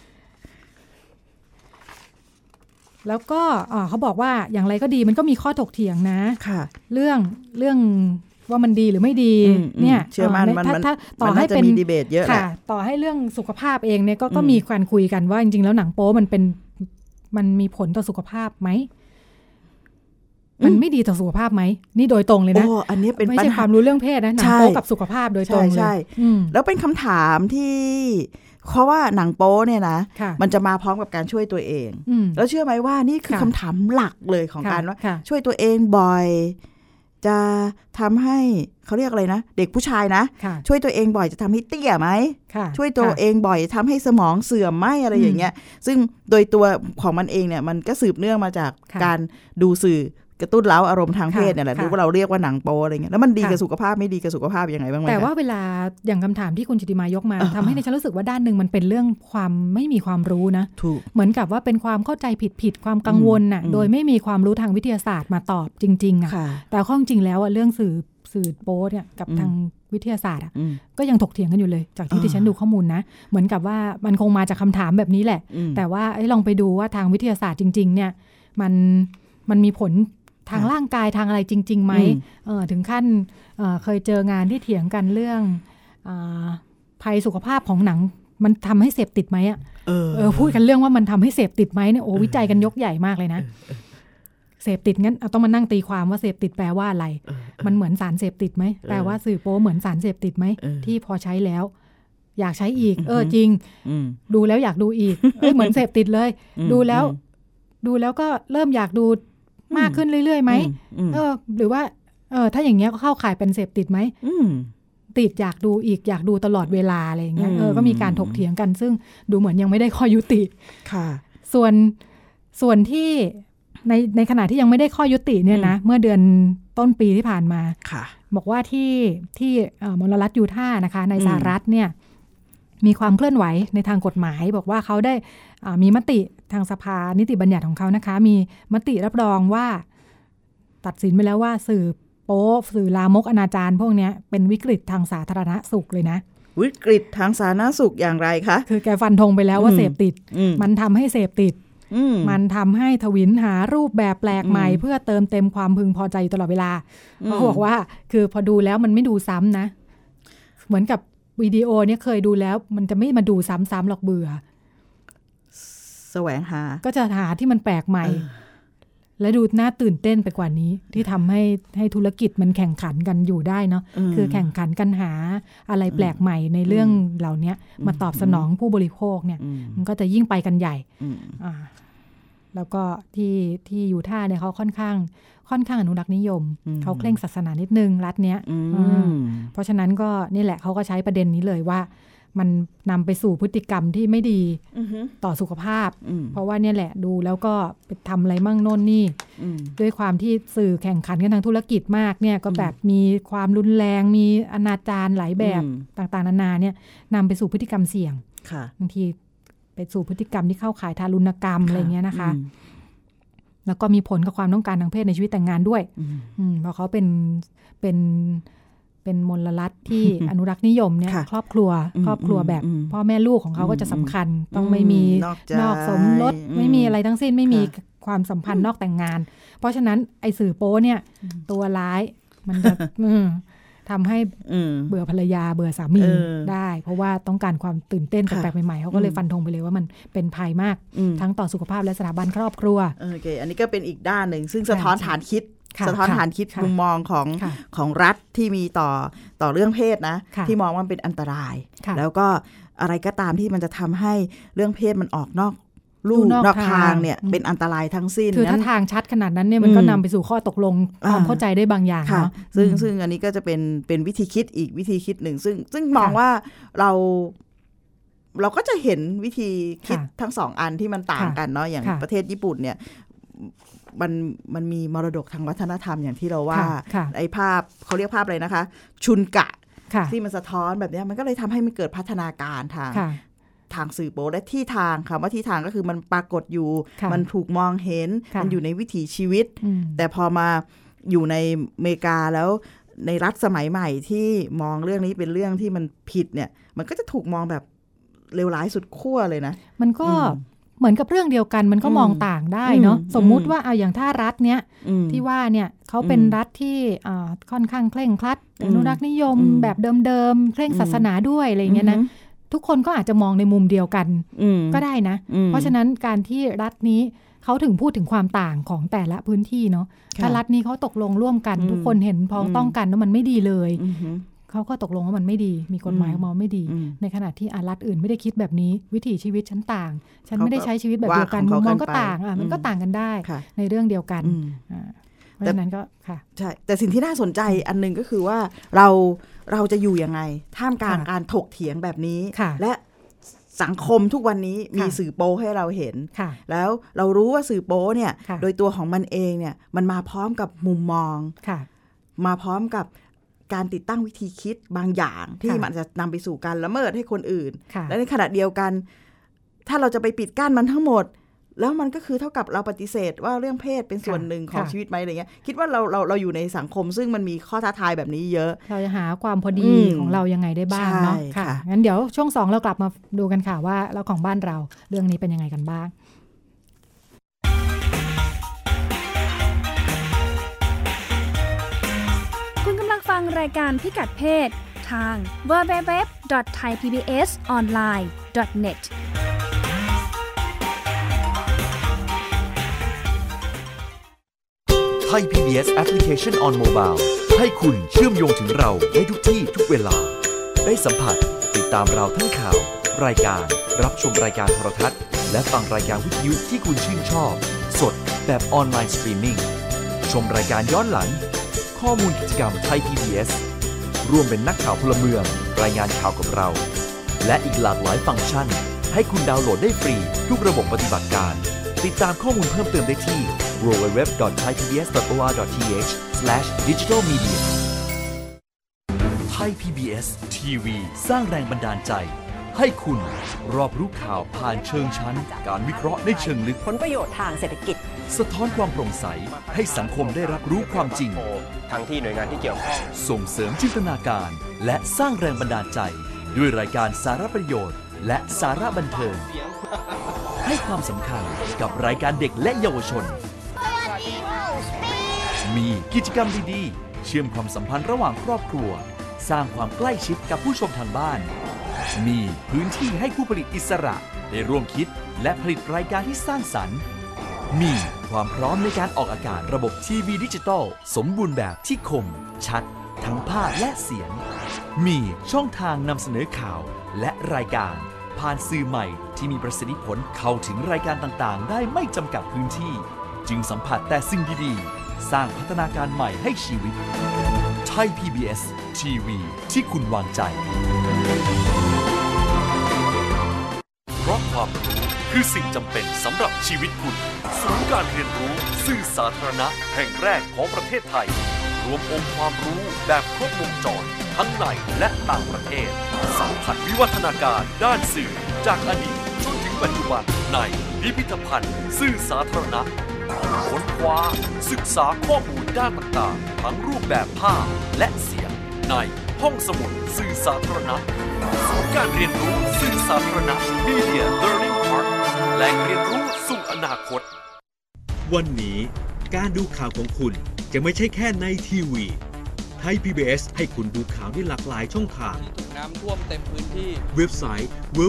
แล้วก็เขาบอกว่าอย่างไรก็ดีมันก็มีข้อถกเถียงนะเรื่องว่ามันดีหรือไม่ดีเนี่ยเชื่อมันถ้าต่อให้เป็นมีดีเบตเยอะแหละต่อให้เรื่องสุขภาพเองเนี่ยก็มีการคุยกันว่าจริงๆแล้วหนังโป๊มันมีผลต่อสุขภาพไหมมันไม่ดีต่อสุขภาพไหมนี่โดยตรงเลยนะอันนี้เป็นไม่ใช่ความรู้เรื่องเพศนะหนังโป๊กับสุขภาพโดยตรงเลยแล้วเป็นคำถามที่เพราะว่าหนังโป๊เนี่ยนะมันจะมาพร้อมกับการช่วยตัวเองแล้วเชื่อไหมว่านี่คือคำถามหลักเลยของการว่าช่วยตัวเองบ่อยจะทำให้เขาเรียกอะไรนะเด็กผู้ชายนะช่วยตัวเองบ่อยจะทำให้เตี้ยไหมช่วยตัวเองบ่อยทำให้สมองเสื่อมไหมอะไรอย่างเงี้ยซึ่งโดยตัวของมันเองเนี่ยมันก็สืบเนื่องมาจากการดูสื่อกระตุ้นเร้าอารมณ์ทางเพศเนี่ยแหละหรือว่าเราเรียกว่าหนังโป๊อะไรเงี้ยแล้วมันดีกับสุขภาพไม่ดีกับสุขภาพยังไงบ้างไหมแต่ว่าเวลาอย่างคำถามที่คุณจิติมายกมาทำให้ในฉันรู้สึกว่าด้านนึงมันเป็นเรื่องความไม่มีความรู้นะเหมือนกับว่าเป็นความเข้าใจผิดความกังวลน่ะโดยไม่มีความรู้ทางวิทยาศาสตร์มาตอบจริงๆอ่ะแต่ข้อจริงแล้วเรื่องสื่อโป๊เนี่ยกับทางวิทยาศาสตร์ก็ยังถกเถียงกันอยู่เลยจากที่ดิฉันดูข้อมูลนะเหมือนกับว่ามันคงมาจากคำถามแบบนี้แหละแต่ว่าลองไปดูว่าทางวิทยาศาสตร์จริงๆเนี่ยมันมีผลทางร่างกายทางอะไรจริงๆไหมถึงขั้นเคยเจองานที่เถียงกันเรื่องภัยสุขภาพของหนังมันทำให้เสพติดไหมพูดกันเรื่องว่ามันทำให้เสพติดไหมเนี่ยวิจัยกันยกใหญ่มากเลยนะเสพติดงั้นต้องมานั่งตีความว่าเสพติดแปลว่าอะไรมันเหมือนสารเสพติดไหมแปลว่าสื่อโป๊เหมือนสารเสพติดไหมที่พอใช้แล้วอยากใช้อีกจริงดูแล้วอยากดูอีกเหมือนเสพติดเลยดูแล้วก็เริ่มอยากดูมากขึ้นเรื่อยๆไหมหรือว่าถ้าอย่างเงี้ยก็เข้าข่ายเป็นเสพติดไหมติดอยากดูอีกอยากดูตลอดเวลาอะไรอย่างเงี้ยก็มีการถกเถียงกันซึ่งดูเหมือนยังไม่ได้ข้อยุติค่ะส่วนที่ในขณะที่ยังไม่ได้ข้อยุติเนี่ยนะเมื่อเดือนต้นปีที่ผ่านมาบอกว่าที่มลรัฐยูทาห์นะคะในสหรัฐเนี่ยมีความเคลื่อนไหวในทางกฎหมายบอกว่าเขาได้มีมติทางสภานิติบัญญัติของเขานะคะมีมติรับรองว่าตัดสินไปแล้วว่าสื่อโป๊สื่อลามกอนาจารพวกนี้เป็นวิกฤตทางสาธารณสุขเลยนะวิกฤตทางสาธารณสุขอย่างไรคะคือแกฟันธงไปแล้วว่าเสพติดมันทำให้เสพติดมันทำให้ทวินหารูปแบบแปลกใหม่เพื่อเติมเต็มความพึงพอใจตลอดเวลาเขาบอกว่าคือพอดูแล้วมันไม่ดูซ้ำนะเหมือนกับวิดีโอเนี่ยเคยดูแล้วมันจะไม่มาดูซ้ำๆหรอกเบื่อแสวงหาก็จะหาที่มันแปลกใหม่และดูน่าตื่นเต้นไปกว่านี้ที่ทำให้ธุรกิจมันแข่งขันกันอยู่ได้เนาะคือแข่งขันกันหาอะไรแปลกใหม่ในเรื่องเหล่านี้มาตอบสนองผู้บริโภคเนี่ยมันก็จะยิ่งไปกันใหญ่แล้วก็ที่ยูทาห์เนี่ยเขาค่อนข้างอนุรักษ์นิยมเขาเคร่งศาสนานิดนึงรัฐเนี้ยเพราะฉะนั้นก็นี่แหละเขาก็ใช้ประเด็นนี้เลยว่ามันนำไปสู่พฤติกรรมที่ไม่ดีต่อสุขภาพเพราะว่าเนี่ยแหละดูแล้วก็ไปทำอะไรมั่งโน่นนี่ด้วยความที่สื่อแข่งขันกันทางธุรกิจมากเนี่ยก็แบบมีความรุนแรงมีอนาจารหลายแบบต่างๆนานาเนี่ยนำไปสู่พฤติกรรมเสี่ยงบางทีไปสู่พฤติกรรมที่เข้าข่ายทารุณกรรมอะไรเงี้ยนะคะแล้วก็มีผลกับความต้องการทางเพศในชีวิตแต่งงานด้วยเพราะเขาเป็นมลรัฐที่อนุรักษ์นิยมเนี่ยครอบครัวแบบพ่อแม่ลูกของเขาก็จะสำคัญต้องไม่มีนอกสมรสไม่มีอะไรทั้งสิ้นไม่มีความสัมพันธ์นอกแต่งงานเพราะฉะนั้นไอ้สื่อโป๊เนี่ยตัวร้ายมันจะทำให้เบื่อภรรยาเบื่อสามีได้เพราะว่าต้องการความตื่นเต้นแปลกๆใหม่ๆเขาก็เลยฟันธงไปเลยว่ามันเป็นภัยมากทั้งต่อสุขภาพและสถาบันครอบครัวโอเคอันนี้ก็เป็นอีกด้านหนึ่งซึ่งสะท้อนฐานคิดมุมมองของรัฐที่มีต่อเรื่องเพศนะที่มองว่ามันเป็นอันตรายแล้วก็อะไรก็ตามที่มันจะทำให้เรื่องเพศมันออกลู่นอกทางเนี่ยเป็นอันตรายทั้งสิ้นคือถ้าทางชัดขนาดนั้นเนี่ยมันก็นำไปสู่ข้อตกลงความเข้าใจได้บางอย่างเนาะซึ่งอันนี้ก็จะเป็นวิธีคิดอีกวิธีคิดหนึ่งซึ่งมองว่าเราก็จะเห็นวิธีคิดทั้งสองอันที่มันต่างกันเนาะอย่างประเทศญี่ปุ่นเนี่ยมันมีมรดกทางวัฒนธรรมอย่างที่เราว่าไอ้ภาพเขาเรียกภาพอะไรนะคะชุนกะที่มันสะท้อนแบบนี้มันก็เลยทำให้มันเกิดพัฒนาการทางสื่อโป๊และที่ทางคำว่าที่ทางก็คือมันปรากฏอยู่มันถูกมองเห็นมันอยู่ในวิถีชีวิตแต่พอมาอยู่ในอเมริกาแล้วในรัฐสมัยใหม่ที่มองเรื่องนี้เป็นเรื่องที่มันผิดเนี่ยมันก็จะถูกมองแบบเลวร้ายสุดขั้วเลยนะมันก็เหมือนกับเรื่องเดียวกันมันก็มองต่างได้เนาะสมมุติว่าอย่างถ้ารัฐเนี้ยที่ว่าเนี่ยเขาเป็นรัฐที่ค่อนข้างเคร่งครัดอนุรักษ์นิยมแบบเดิมๆเคร่งศาสนาด้วยอะไรเงี้ยนะทุกคนก็อาจจะมองในมุมเดียวกันก็ได้นะเพราะฉะนั้นการที่รัฐนี้เขาถึงพูดถึงความต่างของแต่ละพื้นที่เนาะถ้ารัฐนี้เขาตกลงร่วมกันทุกคนเห็นพ้องต้องกันว่ามันไม่ดีเลยเขาก็ตกลงว่ามันไม่ดีมีกฎหมายออกมาไม่ดีในขณะที่รัฐอื่นไม่ได้คิดแบบนี้วิถีชีวิตฉันต่างฉันไม่ได้ใช้ชีวิตแบบเดียวกันมุมมองก็ต่างมันก็ต่างกันได้ในเรื่องเดียวกันเพราะฉะนั้นก็ค่ะใช่แต่สิ่งที่น่าสนใจอันนึงก็คือว่าเราจะอยู่ยังไงท่ามกลางการถกเถียงแบบนี้และสังคมทุกวันนี้มีสื่อโป๊ให้เราเห็นแล้วเรารู้ว่าสื่อโป๊เนี่ยโดยตัวของมันเองเนี่ยมันมาพร้อมกับมุมมองมาพร้อมกับการติดตั้งวิธีคิดบางอย่างที่มันจะนำไปสู่การละเมิดให้คนอื่นและในขณะเดียวกันถ้าเราจะไปปิดกั้นมันทั้งหมดแล้วมันก็คือเท่ากับเราปฏิเสธว่าเรื่องเพศเป็นส่วนหนึ่งของชีวิตไหมอะไรเงี้ยคิดว่าเราอยู่ในสังคมซึ่งมันมีข้อท้าทายแบบนี้เยอะเราจะหาความพอดีของเรายังไงได้บ้างเนาะค่ะงั้นเดี๋ยวช่วง2เรากลับมาดูกันค่ะว่าเราของบ้านเราเรื่องนี้เป็นยังไงกันบ้างฟังรายการพิกัดเพศทาง www.thaipbsonline.net Thai PBS Application on Mobile ให้คุณเชื่อมโยงถึงเราได้ทุกที่ทุกเวลาได้สัมผัสติดตามเราทั้งข่าวรายการรับชมรายการโทรทัศน์และฟังรายการวิทยุที่คุณชื่นชอบสดแบบออนไลน์สตรีมมิ่งชมรายการย้อนหลังข้อมูลกิจกรรมไทย PBS ร่วมเป็นนักข่าวพลเมืองรายงานข่าวกับเราและอีกหลากหลายฟังก์ชันให้คุณดาวน์โหลดได้ฟรีทุกระบบปฏิบัติการติดตามข้อมูลเพิ่มเติมได้ที่ www.thaipbs.or.th/digitalmedia Thai PBS TV สร้างแรงบันดาลใจให้คุณรอบรู้ข่าวผ่านเชิงชั้นการวิเคราะห์ในเชิงลึกผลประโยชน์ทางเศรษฐกิจสะท้อนความโปร่งใสให้สังคมได้รับรู้ความจริงทั้งที่หน่วยงานที่เกี่ยวข้องส่งเสริมจินตนาการและสร้างแรงบันดาลใจด้วยรายการสาระประโยชน์และสาระบันเทิงให้ความสำคัญกับรายการเด็กและเยาวชนมีกิจกรรมดีๆเชื่อมความสัมพันธ์ระหว่างครอบครัวสร้างความใกล้ชิดกับผู้ชมทางบ้านมีพื้นที่ให้ผู้ผลิตอิสระได้ร่วมคิดและผลิตรายการที่สร้างสรรค์มีความพร้อมในการออกอากาศระบบทีวีดิจิตอลสมบูรณ์แบบที่คมชัดทั้งภาพและเสียงมีช่องทางนำเสนอข่าวและรายการผ่านสื่อใหม่ที่มีประสิทธิผลเข้าถึงรายการต่างๆได้ไม่จำกัดพื้นที่จึงสัมผัสแต่สิ่งดีๆสร้างพัฒนาการใหม่ให้ชีวิตไทย PBS ทีวีที่คุณวางใจเพราะความรู้คือสิ่งจำเป็นสำหรับชีวิตคุณศูนย์การเรียนรู้สื่อสาธารณะแห่งแรกของประเทศไทยรวมองค์ความรู้แบบครบวงจรทั้งในและต่างประเทศสัมผัสวิวัฒนาการด้านสื่อจากอดีตจนถึงปัจจุบันในพิพิธภัณฑ์สื่อสาธารณะค้นคว้าศึกษาข้อมูลด้านต่างๆทั้งรูปแบบภาพและเสียงในห้องสมุดสื่อสาธารณะศูนย์การเรียนรู้สื่อสาธารณะ Media Learning Park แหล่งเรียนรู้สู่อนาคตวันนี้การดูข่าวของคุณจะไม่ใช่แค่ในทีวีไทย PBS ให้คุณดูข่าวได้หลากหลายช่องทางถูกน้ำท่วมเต็มพื้นที่เว็บไซต์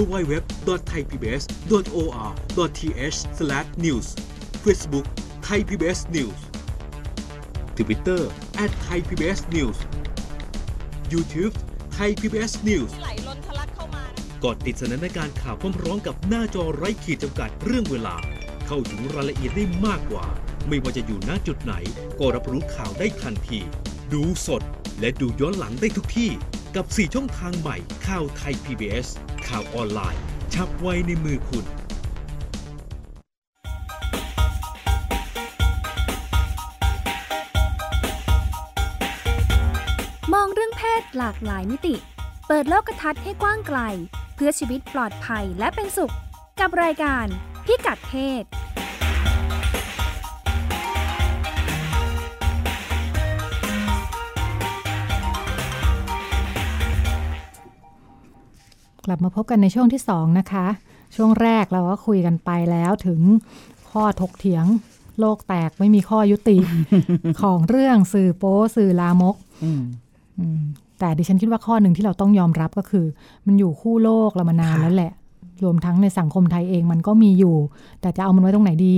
www.thaipbs.or.th/news Facebook Thai PBS News Twitter @thaipbsnews YouTube Thai PBS News ไหลล้นทะลักเข้ามากดติดสนันในการข่าวพร้อมๆกับหน้าจอไร้ขีดจำกัดเรื่องเวลาเข้าถึงรายละเอียดได้มากกว่าไม่ว่าจะอยู่ณจุดไหนก็รับรู้ข่าวได้ทันทีดูสดและดูย้อนหลังได้ทุกที่กับ4ช่องทางใหม่ข่าวไทย PBS ข่าวออนไลน์ฉับไวในมือคุณมองเรื่องเพศหลากหลายมิติเปิดโลกทัศน์ให้กว้างไกลเพื่อชีวิตปลอดภัยและเป็นสุขกับรายการพิกัดเพศกลับมาพบกันในช่วงที่2นะคะช่วงแรกเราก็คุยกันไปแล้วถึงข้อถกเถียงโลกแตกไม่มีข้อยุติ ของเรื่องสื่อโป๊สื่อลามกแต่ดิฉันคิดว่าข้อหนึ่งที่เราต้องยอมรับก็คือมันอยู่คู่โลกเรามานานแล้วแหละรวมทั้งในสังคมไทยเองมันก็มีอยู่แต่จะเอามันไว้ตรงไหนดี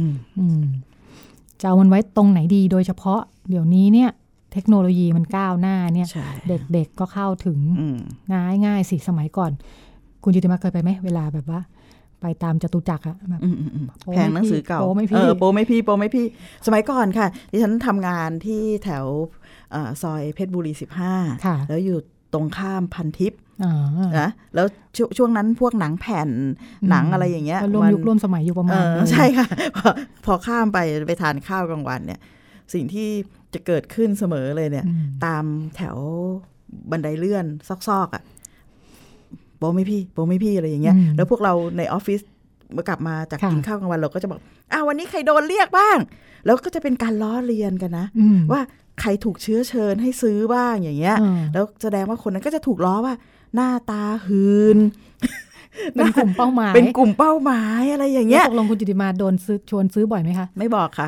จะเอามันไว้ตรงไหนดีโดยเฉพาะเดี๋ยวนี้เนี่ยเทคโนโลยีมันก้าวหน้าเนี่ยเด็กๆก็เข้าถึงง่ายสิสมัยก่อนคุณจิติมาเคยไปไหมเวลาแบบว่าไปตามจตุจักรอะแบบแผงหนังสือเก่าโปไม่พี่สมัยก่อนค่ะดิฉันทำงานที่แถวซอยเพชรบุรี15แล้วอยู่ตรงข้ามพันทิพย์นะแล้วช่วงนั้นพวกหนังแผ่นหนังอะไรอย่างเงี้ยร่วมยุคร่วมสมัยอยู่ประมาณใช่ค่ะพอข้ามไปทานข้าวกลางวันเนี่ยสิ่งที่จะเกิดขึ้นเสมอเลยเนี่ยตามแถวบันไดเลื่อนซอกๆอ่ะโปไม่พี่อะไรอย่างเงี้ยแล้วพวกเราในออฟฟิศเมื่อกลับมาจากกินข้าวกลางวันเราก็จะบอกวันนี้ใครโดนเรียกบ้างแล้วก็จะเป็นการล้อเลียนกันนะว่าใครถูกเชื้อเชิญให้ซื้อบ้างอย่างเงี้ยแล้วแสดงว่าคนนั้นก็จะถูกล้อว่าหน้าตาหืนเป็นกลุ่มเป้าหมายอะไรอย่างเงี้ยตกลงคุณจิติมาโดนชวนซื้อบ่อยไหมคะไม่บอกค่ะ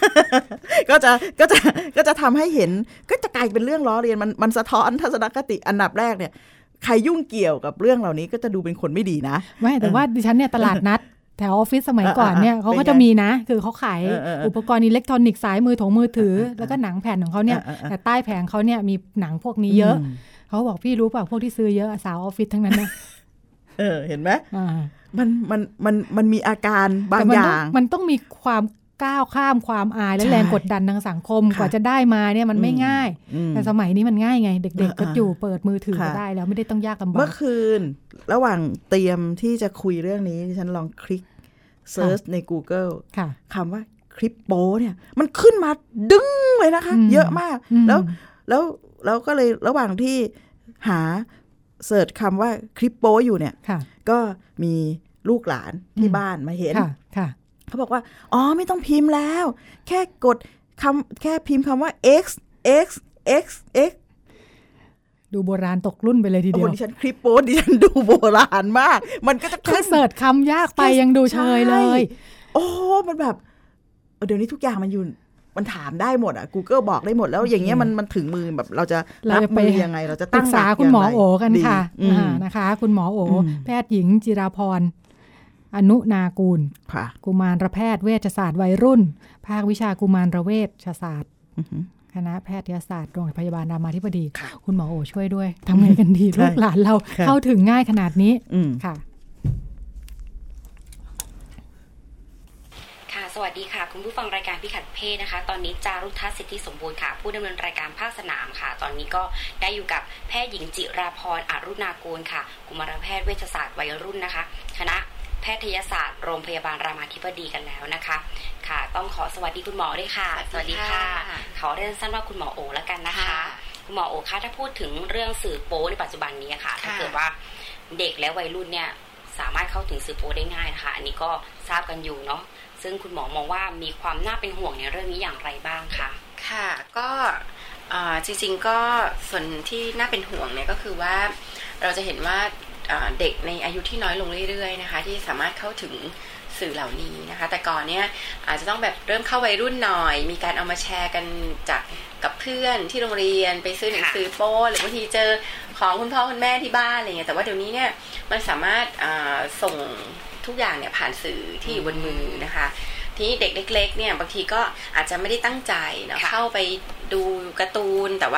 ก็จะทำให้เห็นก็จะกลายเป็นเรื่องล้อเลียนมันสะท้อนทัศนคติอันดับแรกเนี่ยใครยุ่งเกี่ยวกับเรื่องเหล่านี้ก็จะดูเป็นคนไม่ดีนะไม่แต่ว่าดิฉันเนี่ยตลาดนัดแถวออฟฟิศสมัยก่อนเนี่ยเขาก็จะมีนะคือเขาขายอุปกรณ์อิเล็กทรอนิกส์สายมือถือแล้วก็หนังแผ่นของเขาเนี่ยแต่ใต้แผงเขาเนี่ยมีหนังพวกนี้เยอะเขาบอกพี่รู้ป่ะพวกที่ซื้อเยอะสาวออฟฟิศทั้งนั้นนะเห็นไหมมันมีอาการบางอย่างมันต้องมีความก้าวข้ามความอายและแรงกดดันทางสังคมกว่าจะได้มาเนี่ยมันไม่ง่ายแต่สมัยนี้มันง่ายไงเด็กๆก็อยู่เปิดมือถือก็ได้แล้วไม่ได้ต้องยากลำบากเมื่อคืนระหว่างเตรียมที่จะคุยเรื่องนี้ฉันลองคลิกเซิร์ชใน Google คำว่าคลิปโป๊เนี่ยมันขึ้นมาดึงเลยนะคะเยอะมากแล้วก็เลยระหว่างที่หาเสิร์ชคำว่าคลิปโป๊อยู่เนี่ยก็มีลูกหลานที่บ้านมาเห็นเขาบอกว่าไม่ต้องพิมพ์แล้วแค่กดแค่พิมพ์คำว่า x ดูโบราณตกรุ่นไปเลยทีเดียวดิฉันคลิปโป๊ดิฉันดูโบราณมากมันก็จะขึ้นเสิร์ชคำยากไปยังดูเชยเลยมันแบบเดี๋ยวนี้ทุกอย่างมันอยู่มันถามได้หมดอ่ะ Google บอกได้หมดแล้วอย่างเงี้ยมันถึงมือแบบเราจะรับมือยังไงเราจะตั้งษาคุณหมอโอกันค่ะนะคะคุณหมอโอแพทย์หญิงจิราพรอนุนากูลกุมารแพทย์เวชศาสตร์วัยรุ่นภาควิชากุมารเวชศาสตร์คณะแพทยศาสตร์โรงพยาบาลรามาธิบดีคุณหมอโอช่วยด้วยทำไงกันดีลูกหลานเราเข้าถึงง่ายขนาดนี้ค่ะสวัสดีค่ะคุณผู้ฟังรายการพิกัดเพศนะคะตอนนี้จารุทัศน์สิทธิสมบูรณ์ค่ะผู้ดำเนินรายการภาคสนามค่ะตอนนี้ก็ได้อยู่กับแพทย์หญิงจิราพรอรุณากูลค่ะกุมารแพทย์เวชศาสตร์วัยรุ่นนะคะคณะแพทยศาสตร์โรงพยาบาลรามาธิบดีกันแล้วนะคะค่ะต้องขอสวัสดีคุณหมอด้วยค่ะสวัสดีค่ะขอเรียนสั้นว่าคุณหมอโอแล้วกันนะคะคุณหมอโอคะถ้าพูดถึงเรื่องสื่อโป๊ในปัจจุบันนี้ค่ะถ้าเกิดว่าเด็กและวัยรุ่นเนี่ยสามารถเข้าถึงสื่อโป๊ได้ง่ายนะคะอันนี้ก็ทราบกันอยู่เนาะซึ่งคุณหมอมองว่ามีความน่าเป็นห่วงในเรื่องนี้อย่างไรบ้างคะค่ะก็จริงๆก็ส่วนที่น่าเป็นห่วงเนี่ยก็คือว่าเราจะเห็นว่าเด็กในอายุที่น้อยลงเรื่อยๆนะคะที่สามารถเข้าถึงสื่อเหล่านี้นะคะแต่ก่อนเนี่ยอาจจะต้องแบบเริ่มเข้าวัยรุ่นหน่อยมีการเอามาแชร์กันจากกับเพื่อนที่โรงเรียนไปซื้อหนังสือโป๊หรือบางทีเจอของคุณพ่อคุณแม่ที่บ้านอะไรเงี้ยแต่ว่าเดี๋ยวนี้เนี่ยมันสามารถส่งทุกอย่างเนี่ยผ่านสื่อที่อยู่บนมือนะคะทีนี้เด็กเล็กๆเนี่ยบางทีก็อาจจะไม่ได้ตั้งใจนะเข้าไปดูการ์ตูนแต่ว่า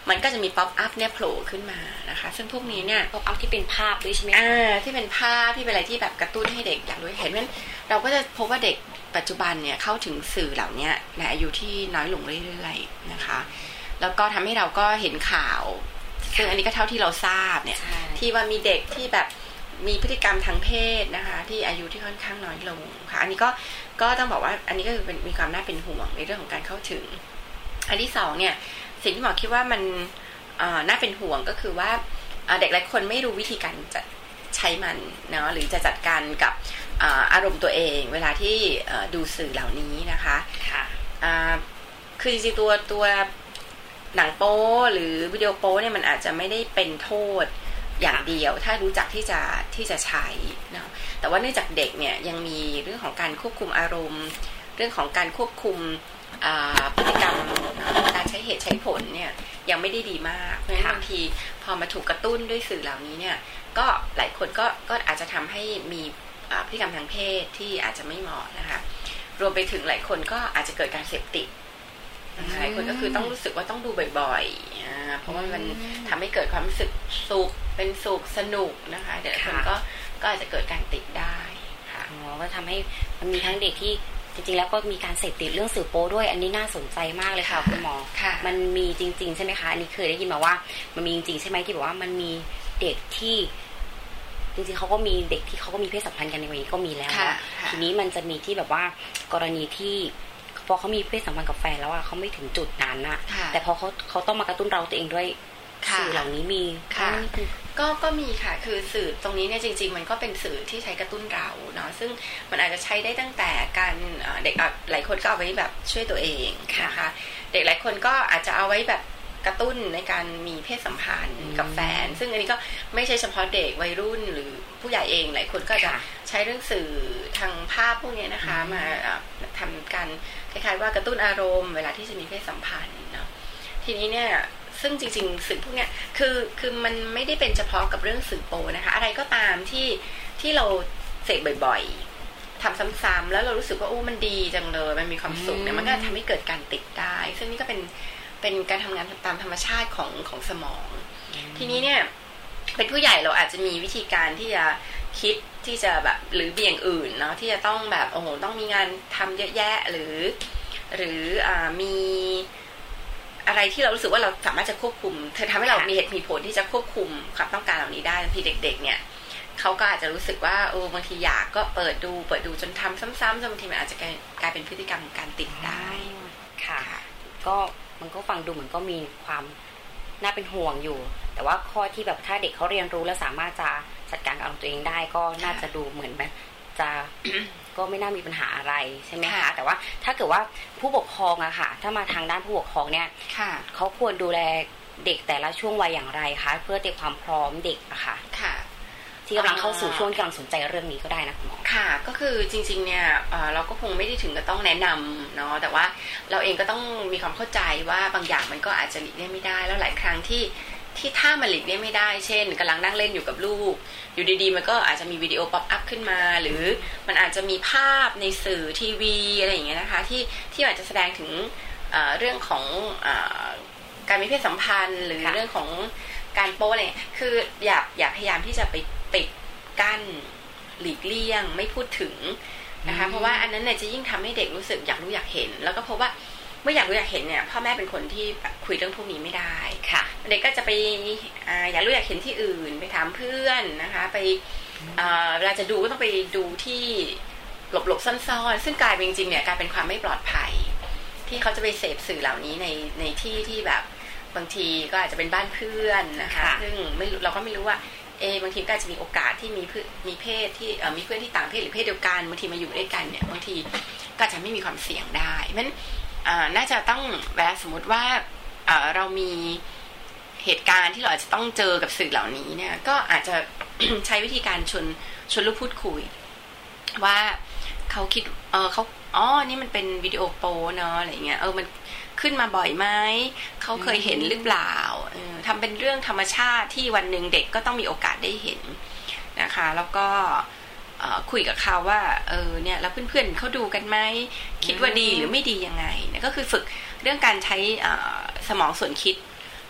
มันก็จะมีป๊อปอัพเนี่ยโผล่ขึ้นมานะคะซึ่งพวกนี้เนี่ยป๊อปอัพที่เป็นภาพด้วยใช่ไหมที่เป็นภาพที่เป็นอะไรที่แบบกระตุ้นให้เด็กอยากรู้เห็นมันเราก็จะพบว่าเด็กปัจจุบันเนี่ยเข้าถึงสื่อเหล่านี้ในอายุที่น้อยลงเรื่อยๆนะคะแล้วก็ทำให้เราก็เห็นข่าวซึ่งอันนี้ก็เท่าที่เราทราบเนี่ยที่ว่ามีเด็กที่แบบมีพฤติกรรมทางเพศนะคะที่อายุที่ค่อนข้างน้อยลงค่ะอันนี้ก็ต้องบอกว่าอันนี้ก็คือมีความน่าเป็นห่วงในเรื่องของการเข้าถึงอันที่สองเนี่ยสิ่งที่หมอคิดว่ามันน่าเป็นห่วงก็คือว่าเด็กหลายคนไม่รู้วิธีการจะใช้มันเนาะหรือจะจัดการกับอารมณ์ตัวเองเวลาที่ดูสื่อเหล่านี้นะคะคือจริงๆตัวหนังโป๊หรือวิดีโอโป๊เนี่ยมันอาจจะไม่ได้เป็นโทษอย่างเดียวถ้ารู้จักที่จะใช้เนาะแต่ว่าเนื่องจากเด็กเนี่ยยังมีเรื่องของการควบคุมอารมณ์เรื่องของการควบคุมพฤติกรรมการใช้เหตุใช้ผลเนี่ยยังไม่ได้ดีมากเพราะฉะนั้นบางทีพอมาถูกกระตุ้นด้วยสื่อเหล่านี้เนี่ยก็หลายคนก็อาจจะทำให้มีพฤติกรรมทางเพศที่อาจจะไม่เหมาะนะคะรวมไปถึงหลายคนก็อาจจะเกิดการเสพติดหลายคนก็คือต้องรู้สึกว่าต้องดูบ่อยๆเพราะว่ามันทำให้เกิดความรู้สึกสุขเป็นสุขสนุกนะคะเดี๋ยวคนก็อาจจะเกิดการติดได้ค่ะก็ทำให้มันมีทั้งเด็กที่จริงๆแล้วก็มีการเสพติดเรื่องสื่อโป๊ด้วยอันนี้น่าสนใจมากเลยค่ะคุณหมอมันมีจริงๆใช่ไหมคะอันนี้เคยได้ยินมาว่ามันมีจริงๆใช่ไหมที่บอกว่ามันมีเด็กที่จริงๆเขาก็มีเด็กที่เขาก็มีเพศสัมพันธ์กันในวัยนี้ก็มีแล้วทีนี้มันจะมีที่แบบว่ากรณีที่พอเขามีเพศสัมพันธ์กับแฟนแล้วอะเขาไม่ถึงจุดนั้นอะแต่พอเขาต้องมากระตุ้นเราตัวเองด้วยสื่อเหล่านี้มีก็มีค่ะคือสื่อตรงนี้เนี่ยจริงๆมันก็เป็นสื่อที่ใช้กระตุ้นเราเนาะซึ่งมันอาจจะใช้ได้ตั้งแต่การเด็กหลายคนก็เอาไว้แบบช่วยตัวเองนะคะเด็กหลายคนก็อาจจะเอาไว้แบบกระตุ้นในการมีเพศสัมพันธ์กับแฟนซึ่งอันนี้ก็ไม่ใช่เฉพาะเด็กวัยรุ่นหรือผู้ใหญ่เองหลายคนก็จะใช้เรื่องสื่อทางภาพพวกนี้นะคะมาทำการคล้ายๆว่ากระตุ้นอารมณ์เวลาที่จะมีเพศสัมพันธ์เนาะทีนี้เนี่ยซึ่งจริงๆสื่อพวกนี้คือมันไม่ได้เป็นเฉพาะกับเรื่องสื่อโป๊นะคะอะไรก็ตามที่เราเสพบ่อยๆทำซ้ำๆแล้วเรารู้สึกว่ามันดีจังเลยมันมีความสุขเนี่ยมันก็ทำให้เกิดการติดได้ซึ่งนี่ก็เป็นการทำงานตามธรรมชาติของสมองทีนี้เนี่ยเป็นผู้ใหญ่เราอาจจะมีวิธีการที่จะคิดที่จะแบบหรือเบี่ยงอื่นเนาะที่จะต้องแบบต้องมีงานทำเยอะแยะหรือมีอะไรที่เรารู้สึกว่าเราสามารถจะควบคุมเธอทำให้เรามีเหตุมีผลที่จะควบคุมความต้องการเหล่านี้ได้บางทีเด็กๆเนี่ยเขาก็อาจจะรู้สึกว่าบางทีอยากก็เปิดดูจนทำซ้ำๆจนบางทีมันอาจจะกลายเป็นพฤติกรรมของการติดได้ค่ะก็มันก็ฟังดูเหมือนก็มีความน่าเป็นห่วงอยู่แต่ว่าข้อที่แบบถ้าเด็กเขาเรียนรู้และสามารถจะจัดการกับตัวเองได้ก็น่าจะดูเหมือนแบบจะก็ไม่น่ามีปัญหาอะไรใช่ไหมคะแต่ว่าถ้าเกิดว่าผู้ปกครองอะค่ะถ้ามาทางด้านผู้ปกครองเนี่ยเขาควรดูแลเด็กแต่ละช่วงวัยอย่างไรคะเพื่อเตรียมความพร้อมเด็กอะค่ะที่กำลังเข้าสู่ช่วงที่กำลังสนใจเรื่องนี้ก็ได้นะคุณหมอค่ะก็คือจริงๆเนี่ยเราก็คงไม่ได้ถึงกับต้องแนะนำเนาะแต่ว่าเราเองก็ต้องมีความเข้าใจว่าบางอย่างมันก็อาจจะหลีกเลี่ยงไม่ได้แล้วหลายครั้งที่ถ้ามันหลีกเลี่ยงไม่ได้เช่นกำลังนั่งเล่นอยู่กับลูกอยู่ดีๆมันก็อาจจะมีวิดีโอป๊อปอัพขึ้นมาหรือมันอาจจะมีภาพในสื่อทีวีอะไรอย่างเงี้ยนะคะที่อาจจะแสดงถึงเรื่องของการมีเพศสัมพันธ์หรือเรื่องของการโป๊อะไรคืออย่าพยายามที่จะไปปิดกั้นหลีกเลี่ยงไม่พูดถึงนะคะเพราะว่าอันนั้นเนี่ยจะยิ่งทำให้เด็กรู้สึกอยากรู้อยากเห็นแล้วก็พบว่าเมื่ออยากรู้อยากเห็นเนี่ยพ่อแม่เป็นคนที่คุยเรื่องพวกนี้ไม่ได้ค่ะเด็กก็จะไปอยากรู้อยากเห็นที่อื่นไปถามเพื่อนนะคะไปเวลาจะดูก็ต้องไปดูที่หลบๆซ่อนๆซึ่งกลายเป็นจริงๆเนี่ยกลายเป็นความไม่ปลอดภัยที่เขาจะไปเสพสื่อเหล่านี้ในที่แบบบางทีก็อาจจะเป็นบ้านเพื่อนนะคะซึ่งเราก็ไม่รู้ว่าบางทีก็อาจจะมีโอกาสที่มีเพศที่มีเพื่อนที่ต่างเพศหรือเพศเดียวกันบางทีมาอยู่ด้วยกันเนี่ยบางทีก็จะไม่มีความเสี่ยงได้เพราะฉะนั้นน่าจะต้องเวลาสมมติว่าเรามีเหตุการณ์ที่เราอาจจะต้องเจอกับสื่อเหล่านี้เนี่ยก็อาจจะ ใช้วิธีการชวนลูกพูดคุยว่าเขาคิดเขานี่มันเป็นวิดีโอโป๊เนาะอะไรเงี้ยมันขึ้นมาบ่อยไหมเขาเคยเห็นหรือเปล่าทำเป็นเรื่องธรรมชาติที่วันหนึ่งเด็กก็ต้องมีโอกาสได้เห็นนะคะแล้วก็คุยกับเขาว่าเนี่ยแล้วเพื่อนๆเขาดูกันไหมคิดว่าดีหรือไม่ดียังไงเนี่ยก็คือฝึกเรื่องการใช้สมองส่วนคิด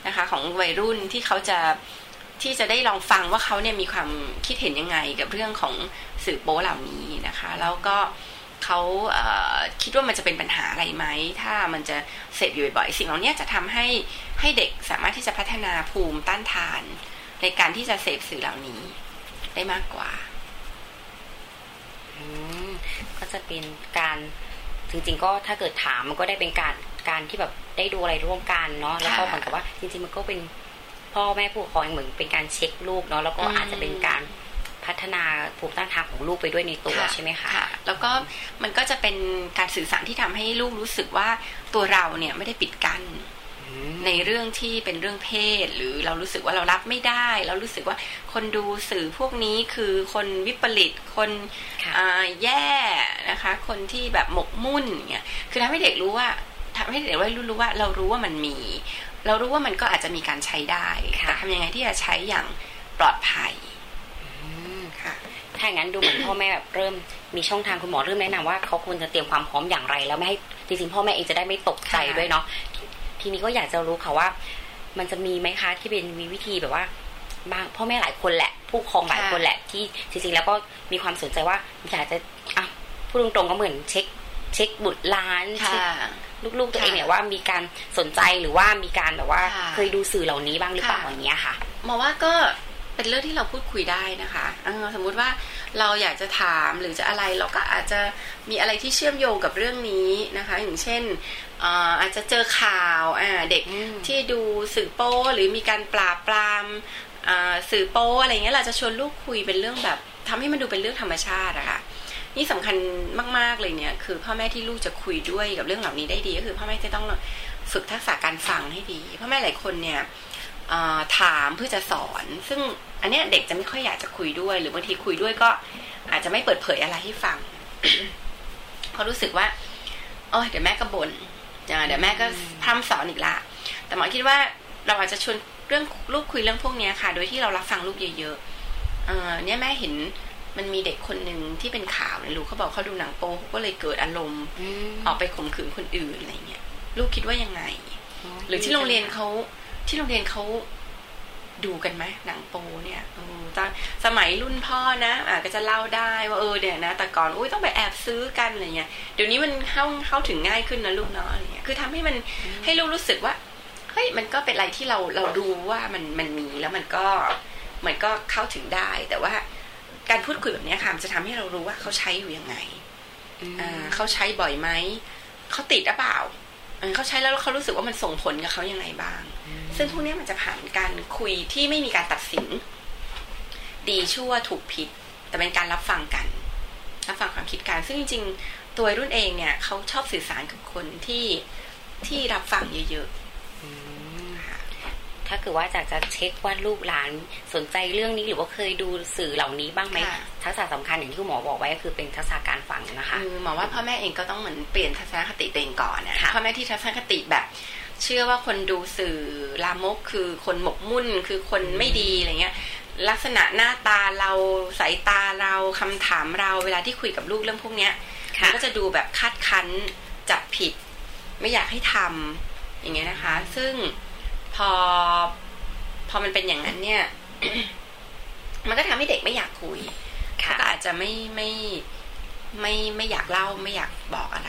นะคะของวัยรุ่นที่เขาที่จะได้ลองฟังว่าเขาเนี่ยมีความคิดเห็นยังไงกับเรื่องของสื่อโป๊เหล่านี้นะคะแล้วก็เขาคิดว่ามันจะเป็นปัญหาอะไรไหมถ้ามันจะเสพอยู่บ่อยๆสิ่งเหล่านี้จะทำให้เด็กสามารถที่จะพัฒนาภูมิต้านทานในการที่จะเสพสื่อเหล่านี้ได้มากกว่าก็จะเป็นการจริงๆก็ถ้าเกิดถามมันก็ได้เป็นการที่แบบได้ดูอะไรร่วมกันเนาะแล้วก็เหมือนกับว่าจริงๆมันก็เป็นพ่อแม่ผู้ปกครองเหมือนเป็นการเช็คลูกเนาะแล้วก็อาจจะเป็นการพัฒนาภูมิต้านทานของลูกไปด้วยในตัวใช่ไหมคะแล้วก็มันก็จะเป็นการสื่อสารที่ทำให้ลูกรู้สึกว่าตัวเราเนี่ยไม่ได้ปิดกั้นในเรื่องที่เป็นเรื่องเพศหรือเรารู้สึกว่าเรารับไม่ได้เรารู้สึกว่าคนดูสื่อพวกนี้คือคนวิปริตคนแย่นะคะคนที่แบบหมกมุ่นอย่างเงี้ยคือทำให้เด็กรู้ว่ารู้ว่าเรารู้ว่ามันมีเรารู้ว่ามันก็อาจจะมีการใช้ได้แต่ทำยังไงที่จะใช้อย่างปลอดภัยค่ะถ้าอย่างนั้นดูเหมือนพ่อแม่แบบเริ่มมีช่องทางคุณหมอเริ่มแนะนำว่าเขาควรจะเตรียมความพร้อมอย่างไรแล้วไม่ให้จริงๆพ่อแม่เองจะได้ไม่ตกใจด้วยเนาะทีนี้ก็อยากจะรู้ค่ะว่ามันจะมีไหมคะที่เป็นมีวิธีแบบว่าบางพ่อแม่หลายคนแหละผู้ปกครองหลายคนแหละที่จริงๆแล้วก็มีความสนใจว่าอยากจะพูดตรงๆก็เหมือนเช็คบุตรหลานลูกๆตัวเองเนี่ยว่ามีการสนใจหรือว่ามีการแบบว่าเคยดูสื่อเหล่านี้บ้างหรือเปล่าอย่างเงี้ยค่ะมองว่าก็เป็นเรื่องที่เราพูดคุยได้นะคะสมมุติว่าเราอยากจะถามหรือจะอะไรเราก็อาจจะมีอะไรที่เชื่อมโยงกับเรื่องนี้นะคะอย่างเช่นอาจจะเจอข่าวเด็กที่ดูสื่อโป๊หรือมีการปราบปรามสื่อโป๊อะไรเงี้ยเราจะชวนลูกคุยเป็นเรื่องแบบทำให้มันดูเป็นเรื่องธรรมชาติอะค่ะนี่สำคัญมากๆเลยเนี่ยคือพ่อแม่ที่ลูกจะคุยด้วยกับเรื่องเหล่านี้ได้ดีก็คือพ่อแม่จะต้องฝึกทักษะการฟังให้ดีพ่อแม่หลายคนเนี่ยถามเพื่อจะสอนซึ่งอันเนี้ยเด็กจะไม่ค่อยอยากจะคุยด้วยหรือบางทีคุยด้วยก็อาจจะไม่เปิดเผยอะไรให้ฟัง เขารู้สึกว่าโอ้ยเดี๋ยวแม่ก็บ่นเดี๋ยวแม่ก็พร่ำสอนอีกละแต่หมอคิดว่าเราอาจจะชวนเรื่องลูกคุยเรื่องพวกนี้ค่ะโดยที่เรารับฟังลูกเยอะๆเนี่ยแม่เห็นมันมีเด็กคนหนึ่งที่เป็นข่าวเนี่ยลูกเขาบอกเขาดูหนังโป๊ก็เลยเกิดอารมณ์ออกไปข่มขืนคนอื่นอะไรเงี้ยลูกคิดว่ายังไงหรือที่โรงเรียนเขาดูกันไหมหนังโป๊เนี่ยตอนสมัยรุ่นพ่อนะก็จะเล่าได้ว่าเดี๋ยวนะแต่ก่อนต้องไปแอบซื้อกันอะไรเงี้ยเดี๋ยวนี้มันเข้าถึงง่ายขึ้นนะลูกเนาะอะไรเงี้ยคือทำให้มันให้ลูกรู้สึกว่าเฮ้ยมันก็เป็นอะไรที่เราดูว่ามันมีแล้วมันก็เข้าถึงได้แต่ว่าการพูดคุยแบบนี้ค่ะมันจะทำให้เรารู้ว่าเขาใช้อยู่ยังไงเขาใช้บ่อยไหมเขาติดหรือเปล่าเขาใช้แล้วเขารู้สึกว่ามันส่งผลกับเขายังไงบ้างซึ่งพวกนี้มันจะผ่านการคุยที่ไม่มีการตัดสินดีชั่วถูกผิดแต่เป็นการรับฟังกันรับฟังความคิดกันซึ่งจริงๆตัวรุ่นเองเนี่ยเขาชอบสื่อสารกับคนที่รับฟังเยอะถ้าเกิดว่าจะเช็คว่าลูกหลานสนใจเรื่องนี้หรือว่าเคยดูสื่อเหล่านี้บ้างไหมทักษะสำคัญอย่างที่คุณหมอบอกไว้ก็คือเป็นทักษะการฟังนะคะหมอว่าพ่อแม่เองก็ต้องเหมือนเปลี่ยนทัศนคติตัวเองก่อนนะพ่อแม่ที่ทัศนคติแบบเชื่อว่าคนดูสื่อลามกคือคนหมกมุ่นคือคนไม่ดีอะไรเงี้ยลักษณะหน้าตาเราสายตาเราคำถามเราเวลาที่คุยกับลูกเรื่องพวกเนี้ยมันก็จะดูแบบคาดคั้นจับผิดไม่อยากให้ทำอย่างเงี้ยนะคะซึ่งพอมันเป็นอย่างนั้นเนี่ย มันก็ทำให้เด็กไม่อยากคุยก็อาจจะไม่อยากเล่าไม่อยากบอกอะไร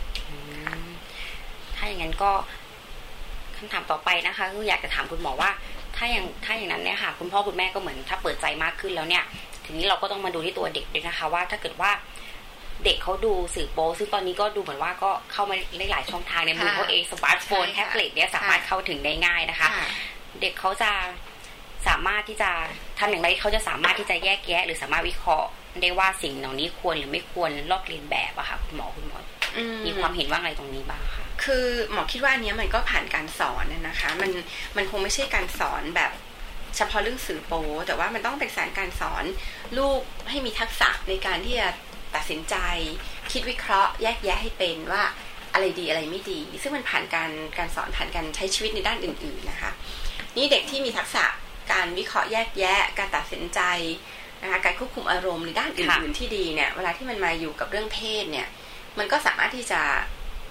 ถ้าอย่างนั้นก็คำถามต่อไปนะคะคืออยากจะถามคุณหมอว่าถ้าอย่างนั้นเนี่ยค่ะคุณพ่อคุณแม่ก็เหมือนถ้าเปิดใจมากขึ้นแล้วเนี่ยทีนี้เราก็ต้องมาดูที่ตัวเด็กด้วยนะคะว่าถ้าเกิดว่าเด็กเขาดูสื่อโป๊ซึ่งตอนนี้ก็ดูเหมือนว่าก็เข้ามาได้หลายช่องทางในมือเขาเองสมาร์ทโฟนแท็บเล็ตเนี่ยสามารถเข้าถึงได้ง่ายนะคะเด็กเขาจะสามารถที่จะทำอย่างไรเขาจะสามารถที่จะแยกแยะหรือสามารถวิเคราะห์ได้ว่าสิ่งเหล่านี้ควรหรือไม่ควรลอกเลียนแบบอะค่ะคุณหมอมีความเห็นว่าไงตรงนี้บ้างคะคือหมอคิดว่าอันนี้มันก็ผ่านการสอนนะคะมันคงไม่ใช่การสอนแบบเฉพาะเรื่องสื่อโป๊แต่ว่ามันต้องเป็นการสอนลูกให้มีทักษะในการที่จะตัดสินใจคิดวิเคราะห์แยกแยะให้เป็นว่าอะไรดีอะไรไม่ดีซึ่งมันผ่านการสอนผ่านการใช้ชีวิตในด้านอื่นๆนะคะนี่เด็กที่มีทักษะการวิเคราะห์แยกแยะการตัดสินใจนะคะการควบคุมอารมณ์ในด้านอื่นๆที่ดีเนี่ยเวลาที่มันมาอยู่กับเรื่องเพศเนี่ยมันก็สามารถที่จะ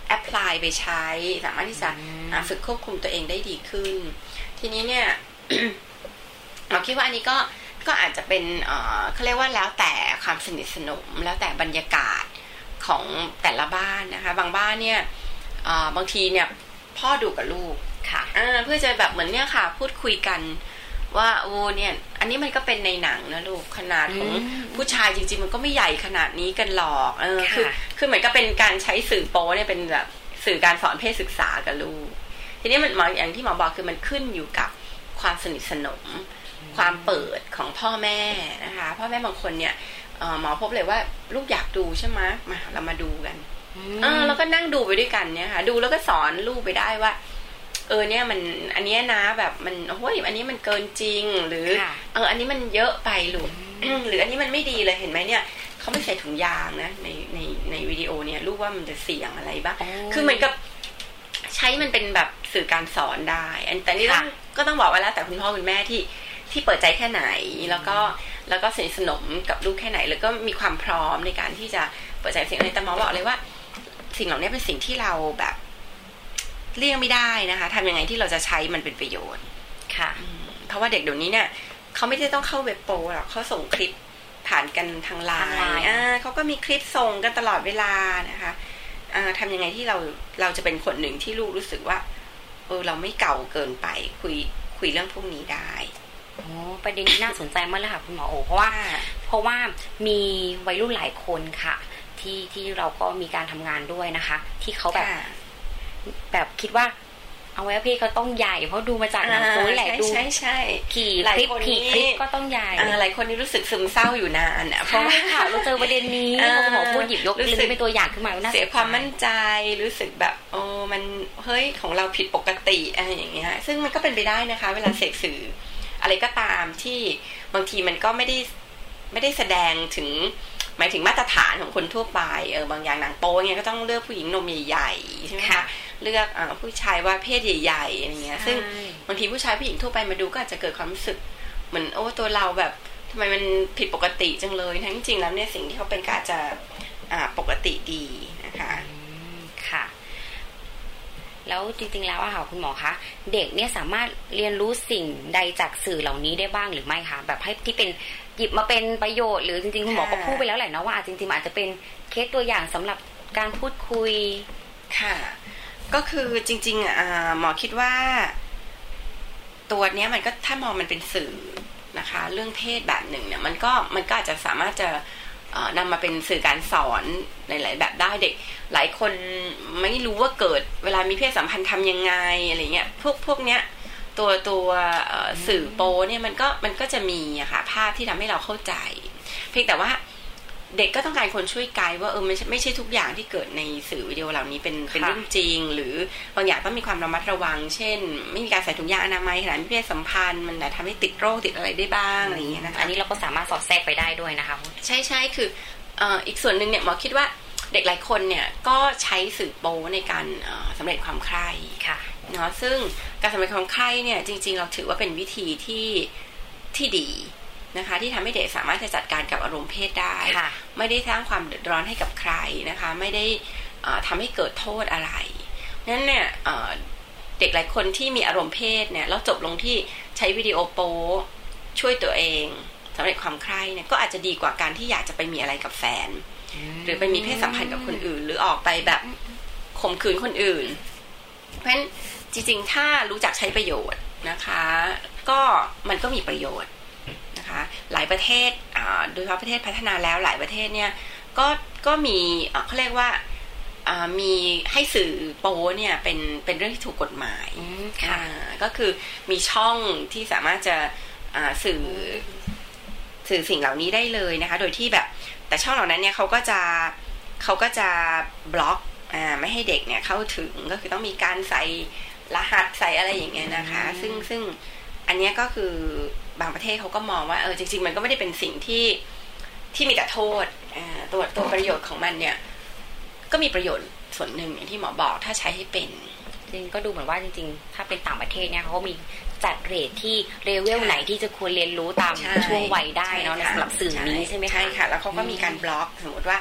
แอพพลายไปใช้สามารถที่จะฝึกควบคุมตัวเองได้ดีขึ้นทีนี้เนี่ย เราคิดว่าอันนี้ก็อาจจะเป็นเขาเรียกว่าแล้วแต่ความสนิทสนมแล้วแต่บรรยากาศของแต่ละบ้านนะคะบางบ้านเนี่ยบางทีเนี่ยพ่อดูกับลูกค่ะเพื่อจะแบบเหมือนเนี่ยค่ะพูดคุยกันว่าโอ้เนี่ยอันนี้มันก็เป็นในหนังนะลูกขนาดของผู้ชายจริงๆมันก็ไม่ใหญ่ขนาดนี้กันหรอกคือเหมือนก็เป็นการใช้สื่อโป๊เนี่ยเป็นแบบสื่อการสอนเพศศึกษากับลูกทีนี้มันอย่างที่หมอบอกคือมันขึ้นอยู่กับความสนิทสนมความเปิดของพ่อแม่นะคะพ่อแม่บางคนเนี่ยหมอพบเลยว่าลูกอยากดูใช่ไหมมาเรามาดูกันแล้วก็นั่งดูไปด้วยกันเนี่ยค่ะดูแล้วก็สอนลูกไปได้ว่าเนี่ยมันอันนี้นะแบบมันโอ้ยอันนี้มันเกินจริงหรืออันนี้มันเยอะไปลูก หรืออันนี้มันไม่ดีเลยเห็นไหมเนี่ยเขาไม่ใส่ถุงยางนะในวิดีโอเนี่ยลูกว่ามันจะเสี่ยงอะไรบ้างคือเหมือนกับใช้มันเป็นแบบสื่อการสอนได้แต่นี่ก็ต้องบอกว่าแล้วแต่คุณพ่อคุณแม่ที่เปิดใจแค่ไหนแล้วก็สนิทสนมกับลูกแค่ไหนแล้วก็มีความพร้อมในการที่จะเปิดใจสิ่งนี้แต่หมอบอกเลยว่าสิ่งเหล่านี้เป็นสิ่งที่เราแบบเลี่ยงไม่ได้นะคะทำยังไงที่เราจะใช้มันเป็นประโยชน์ค่ะเพราะว่าเด็กเดี๋ยวนี้เนี่ยเขาไม่ได้ต้องเข้าเว็บโปหรอกเขาส่งคลิปผ่านกันทางไลน์เขาก็มีคลิปส่งกันตลอดเวลานะคะทำยังไงที่เราจะเป็นคนหนึ่งที่ลูกรู้สึกว่าเราไม่เก่าเกินไปคุยเรื่องพวกนี้ได้ประเด็นนี้น่าสนใจมากเลยค่ะคุณหมอโอเพราะว่ามีวัยรุ่นหลายคนค่ะที่เราก็มีการทำงานด้วยนะคะที่เขาแบบคิดว่าเอาไว้ว่าพี่เขาต้องใหญ่เพราะดูมาจากหนังโป๊แหละดูใช่ขี่คลิปก็ต้องใหญ่หลายคนนี่รู้สึกซึมเศร้าอยู่นานเพราะว่าค่ะเราเจอประเด็นนี้คุณหมอพูดหยิบยกเรื่องนี้เป็นตัวอย่างขึ้นมาเสียความมั่นใจรู้สึกแบบมันเฮ้ยของเราผิดปกติอะไรอย่างเงี้ยซึ่งมันก็เป็นไปได้นะคะเวลาเสพสื่ออะไรก็ตามที่บางทีมันก็ไม่ได้แสดงถึงหมายถึงมาตรฐานของคนทั่วไปบางอย่างหนังโป๊เงี้ยก็ต้องเลือกผู้หญิงนมใหญ่ๆใช่ไหมคะเลือกผู้ชายว่าเพศใหญ่ๆอะไรเงี้ยซึ่งบางทีผู้ชายผู้หญิงทั่วไปมาดูก็อาจจะเกิดความรู้สึกเหมือนตัวเราแบบทำไมมันผิดปกติจังเลยทั้งจริงแล้วเนี่ยสิ่งที่เขาเป็นก็อาจจะปกติดีนะคะค่ะแล้วจริงๆแล้วค่ะคุณหมอคะเด็กเนี่ยสามารถเรียนรู้สิ่งใดจากสื่อเหล่านี้ได้บ้างหรือไม่คะแบบให้ที่เป็นหยิบมาเป็นประโยชน์หรือจริงๆคุณหมอก็พูดไปแล้วแหละนะว่าจริงๆอาจจะเป็นเคสตัวอย่างสำหรับการพูดคุยค่ะก็คือจริงๆหมอคิดว่าตัวเนี้ยมันก็ถ้ามองมันเป็นสื่อนะคะเรื่องเพศแบบหนึ่งเนี่ยมันก็อาจจะสามารถจะนำมาเป็นสื่อการสอนหลายๆแบบได้เด็กหลายคนไม่รู้ว่าเกิดเวลามีเพศสัมพันธ์ทำยังไงอะไรเงี้ยพวกเนี้ยตัวสื่อโป๊เนี่ยมันก็จะมีอะค่ะภาพที่ทำให้เราเข้าใจเพียงแต่ว่าเด็กก็ต้องการคนช่วยไกด์ว่าไม่ใช่ทุกอย่างที่เกิดในสื่อวิดีโอเหล่านี้เป็นเรื่องจริงหรือบางอย่างต้องมีความระมัดระวังเช่นไม่มีการใส่ถุงยางอนามัยขณะมีเพศสัมพันธ์มันทำให้ติดโรคติดอะไรได้บ้างอะไรอย่างเงี้ยนะคะอันนี้เราก็สามารถสอดแทรกไปได้ด้วยนะคะใช่คืออีกส่วนหนึ่งเนี่ยหมอคิดว่าเด็กหลายคนเนี่ยก็ใช้สื่อโป๊ในการสำเร็จความใคร่เนาะซึ่งการสำเร็จความใคร่เนี่ยจริงๆเราถือว่าเป็นวิธีที่ดีนะคะที่ทำให้เด็กสามารถจะจัดการกับอารมณ์เพศได้ไม่ได้สร้างความเดือดร้อนให้กับใครนะคะไม่ได้ทำให้เกิดโทษอะไรนั้นเนี่ยเด็กหลายคนที่มีอารมณ์เพศเนี่ยแล้วจบลงที่ใช้วิดีโอโป๊ช่วยตัวเองสำเร็จความใคร่เนี่ยก็อาจจะดีกว่าการที่อยากจะไปมีอะไรกับแฟนหรือไปมีเพศสัมพันธ์กับคนอื่นหรือออกไปแบบข่มขืนคนอื่นเพราะฉะนั้นจริงๆถ้ารู้จักใช้ประโยชน์นะคะก็มันก็มีประโยชน์นะคะหลายประเทศโดยเฉพาะประเทศพัฒนาแล้วหลายประเทศเนี่ยก็มีเขาเรียกว่ามีให้สื่อโป๊เนี่ยเป็นเรื่องที่ถูกกฎหมายก็คือมีช่องที่สามารถจะสื่อสิ่งเหล่านี้ได้เลยนะคะโดยที่แบบแต่ช่องเหล่านั้นเนี่ยเขาก็จะบล็อกไม่ให้เด็กเนี่ยเข้าถึงก็คือต้องมีการใส่รหัสใส่อะไรอย่างเงี้ยนะคะซึ่งอันนี้ก็คือบางประเทศเขาก็มองว่าจริงๆมันก็ไม่ได้เป็นสิ่งที่มีแต่โทษตัวประโยชน์ของมันเนี่ยก็มีประโยชน์ส่วนหนึ่งอย่างที่หมอบอกถ้าใช้ให้เป็นจริงก็ดูเหมือนว่าจริงๆถ้าเป็นต่างประเทศเนี่ยเขาก็มีจัดเรทที่เลเวลไหนที่จะควรเรียนรู้ตามช่วงวัยได้เนาะสำหรับสื่อนี้ใช่ไหมคะใช่ค่ะแล้วเขาก็มีการบล็อกสมมติว่า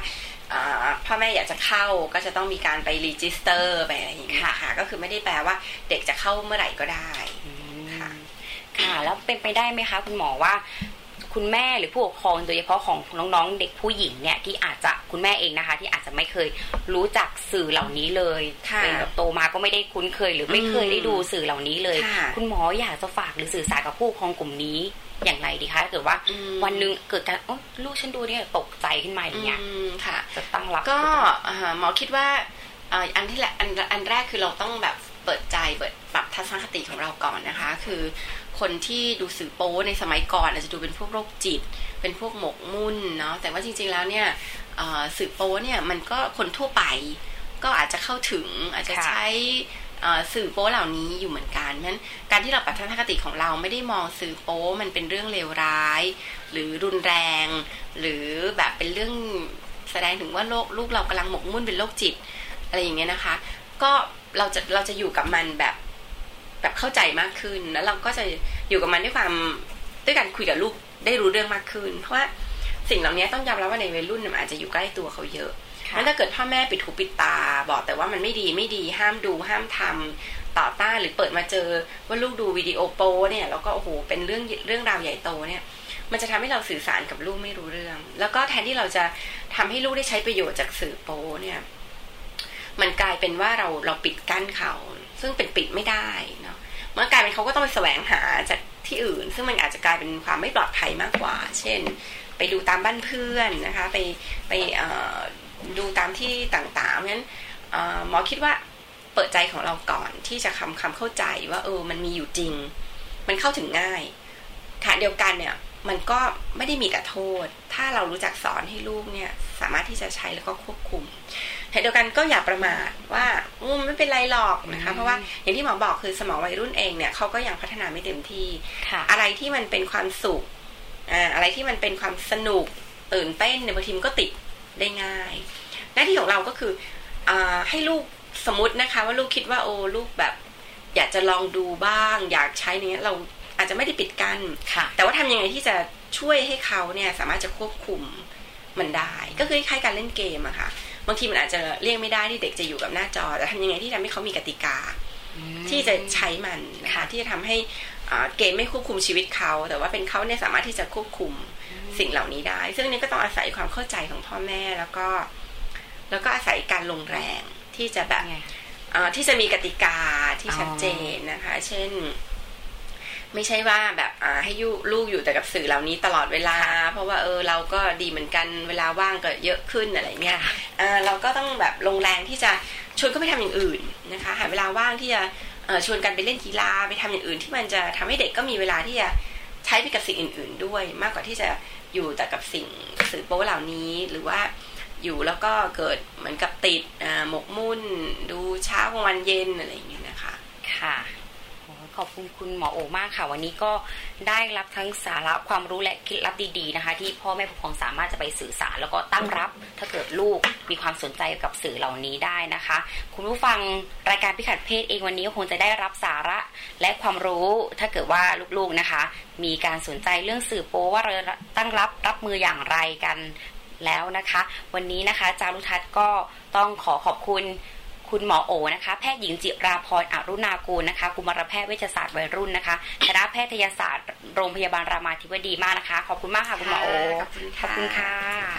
พ่อแม่อยากจะเข้าก็จะต้องมีการไปรีจิสเตอร์ไปอะไรอย่างเงี้ยค่ะก็คือไม่ได้แปลว่าเด็กจะเข้าเมื่อไหร่ก็ได้ค่ะแล้วเป็นไปได้ไหมคะคุณหมอว่าคุณแม่หรือผู้ปกครองโดยเฉพาะของน้องๆเด็กผู้หญิงเนี่ยที่อาจจะคุณแม่เองนะคะที่อาจจะไม่เคยรู้จักสื่อเหล่านี้เลยเป็นแบบโตมาก็ไม่ได้คุ้นเคยหรือไม่เคยได้ดูสื่อเหล่านี้เลยคุณหมออยากจะฝากหรือสื่อสารกับผู้ปกครองกลุ่มนี้อย่างไรดีคะถ้าเกิดว่าวันนึงเกิดการลูกฉันดูเนี่ยตกใจขึ้นมาอย่างเงี้ยค่ะจะตั้งรับก็หมอคิดว่าอันที่อันแรกคือเราต้องแบบเปิดใจปรับทัศนคติของเราก่อนนะคะคือคนที่ดูสื่อโป๊ในสมัยก่อนอาจจะดูเป็นพวกโรคจิตเป็นพวกหมกมุ่นเนาะแต่ว่าจริงๆแล้วเนี่ยสื่อโป๊เนี่ยมันก็คนทั่วไปก็อาจจะเข้าถึงอาจจะใช้สื่อโป๊เหล่านี้อยู่เหมือนกันเพราะฉะนั้นการที่เราปรับทัศนคติของเราไม่ได้มองสื่อโป๊มันเป็นเรื่องเลวร้ายหรือรุนแรงหรือแบบเป็นเรื่องแสดงถึงว่าลูกเรากำลังหมกมุ่นเป็นโรคจิตอะไรอย่างเงี้ยนะคะก็เราจะอยู่กับมันแบบเข้าใจมากขึ้นแล้วเราก็จะอยู่กับมันด้วยการคุยกับลูกได้รู้เรื่องมากขึ้นเพราะว่าสิ่งเหล่านี้ต้องยอมรับว่าในวัยรุ่นมันอาจจะอยู่ใกล้ตัวเขาเยอะงั้นถ้าเกิดพ่อแม่ปิดหูปิดตาบอกแต่ว่ามันไม่ดีห้ามดูห้ามทำต่อต้านหรือเปิดมาเจอว่าลูกดูวิดีโอโป๊เนี่ยแล้วก็โอ้โหเป็นเรื่องราวใหญ่โตเนี่ยมันจะทำให้เราสื่อสารกับลูกไม่รู้เรื่องแล้วก็แทนที่เราจะทำให้ลูกได้ใช้ประโยชน์จากสื่อโป๊เนี่ยมันกลายเป็นว่าเราปิดกั้นเขาซึ่งเป็นปิดไม่ได้เนาะมันกลายเป็นเขาก็ต้องไปแสวงหาจากที่อื่นซึ่งมันอาจจะกลายเป็นความไม่ปลอดภัยมากกว่าเช่นไปดูตามบ้านเพื่อนนะคะไปดูตามที่ต่างๆเพราะฉะนั้นหมอคิดว่าเปิดใจของเราก่อนที่จะคำเข้าใจว่ามันมีอยู่จริงมันเข้าถึงง่ายค่ะเดียวกันเนี่ยมันก็ไม่ได้มีแต่โทษถ้าเรารู้จักสอนให้ลูกเนี่ยสามารถที่จะใช้แล้วก็ควบคุมแต่เดียวกันก็อย่าประมาทว่าไม่เป็นไรหรอกนะคะเพราะว่าอย่างที่หมอบอกคือสมองวัยรุ่นเองเนี่ยเขาก็ยังพัฒนาไม่เต็มที่อะไรที่มันเป็นความสุขอะไรที่มันเป็นความสนุกตื่นเต้นในบางทีมันก็ติดได้ง่ายหน้าที่ของเราก็คือให้ลูกสมมตินะคะว่าลูกคิดว่าลูกแบบอยากจะลองดูบ้างอยากใช้เนี้ยเราอาจจะไม่ได้ปิดกั้นแต่ว่าทำยังไงที่จะช่วยให้เขาเนี่ยสามารถจะควบคุมมันได้ก็คือคล้ายๆการเล่นเกมอะค่ะบางทีมันอาจจะเลี่ยงไม่ได้ที่เด็กจะอยู่กับหน้าจอแต่ทำยังไงที่ทำให้เขามีกติกาที่จะใช้มันนะคะที่จะทำให้เกมไม่ควบคุมชีวิตเขาแต่ว่าเป็นเขาเนี่ยสามารถที่จะควบคุมสิ่งเหล่านี้ได้ซึ่งนี้ก็ต้องอาศัยความเข้าใจของพ่อแม่แล้วก็อาศัยการลงแรงที่จะแบบที่จะมีกติกาที่ชัดเจนนะคะเช่นไม่ใช่ว่าแบบให้ลูกอยู่แต่กับสื่อเหล่านี้ตลอดเวลาเพราะว่าเราก็ดีเหมือนกันเวลาว่างก็เยอะขึ้นอะไรเงี้ยเราก็ต้องแบบลงแรงที่จะชวนเขาไปทำอย่างอื่นนะคะหาเวลาว่างที่จะชวนกันไปเล่นกีฬาไปทำอย่างอื่นที่มันจะทำให้เด็กก็มีเวลาที่จะใช้ไปกับสิ่งอื่นๆด้วยมากกว่าที่จะอยู่แต่กับสิ่งสื่อโป๊เหล่านี้หรือว่าอยู่แล้วก็เกิดเหมือนกับติดหมกมุ่นดูเช้ากลางวันเย็นอะไรอย่างเงี้ยนะคะค่ะขอบคุณคุณหมอโอมากค่ะวันนี้ก็ได้รับทั้งสาระความรู้และเคล็ดลับดีๆนะคะที่พ่อแม่ผู้ปกครองสามารถจะไปสื่อสารแล้วก็ตั้งรับถ้าเกิดลูกมีความสนใจกับสื่อเหล่านี้ได้นะคะคุณผู้ฟังรายการพิกัดเพศเองวันนี้คงจะได้รับสาระและความรู้ถ้าเกิดว่าลูกๆนะคะมีการสนใจเรื่องสื่อโป๊ว่าเราตั้งรับมืออย่างไรกันแล้วนะคะวันนี้นะคะจารุทัศน์ก็ต้องขอบคุณคุณหมอโอนะคะแพทย์หญิงจิราพรอรุณากูลนะคะกุมารแพทย์เวชศาสตร์วัยรุ่นนะคะคณะแพทยศาสตร์โรงพยาบาลรามาธิบดีมากนะคะขอบคุณมากค่ะคุณหมอโอขอบคุณค่ะ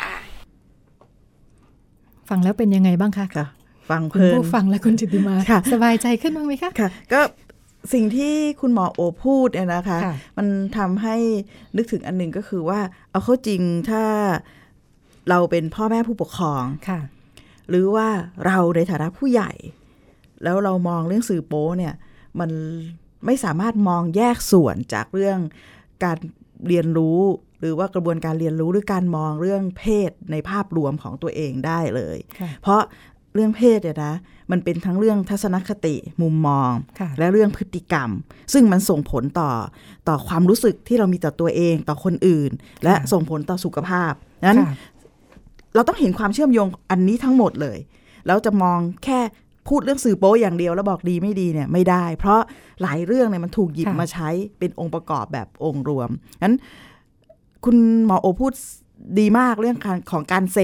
ฟังแล้วเป็นยังไงบ้างคะค่ะฟังคุณผู้ฟังและคุณจิตติมาสบายใจขึ้นบ้างไหมคะค่ะก็สิ่งที่คุณหมอโอพูดเนี่ยนะคะมันทำให้นึกถึงอันหนึ่งก็คือว่าเอาเข้าจริงถ้าเราเป็นพ่อแม่ผู้ปกครองหรือว่าเราในฐานะผู้ใหญ่แล้วเรามองเรื่องสื่อโป๊เนี่ยมันไม่สามารถมองแยกส่วนจากเรื่องการเรียนรู้หรือว่ากระบวนการเรียนรู้หรือการมองเรื่องเพศในภาพรวมของตัวเองได้เลยเพราะเรื่องเพศเนี่ยนะมันเป็นทั้งเรื่องทัศนคติมุมมองและเรื่องพฤติกรรมซึ่งมันส่งผลต่อความรู้สึกที่เรามีต่อตัวเองต่อคนอื่นและส่งผลต่อสุขภาพนั้นเราต้องเห็นความเชื่อมโยงอันนี้ทั้งหมดเลยแล้วจะมองแค่พูดเรื่องสื่อโป๊อย่างเดียวแล้วบอกดีไม่ดีเนี่ยไม่ได้เพราะหลายเรื่องเนี่ยมันถูกหยิบมาใช้เป็นองค์ประกอบแบบองค์รวมงั้นคุณหมอโอพูดดีมากเรื่องของการเสพ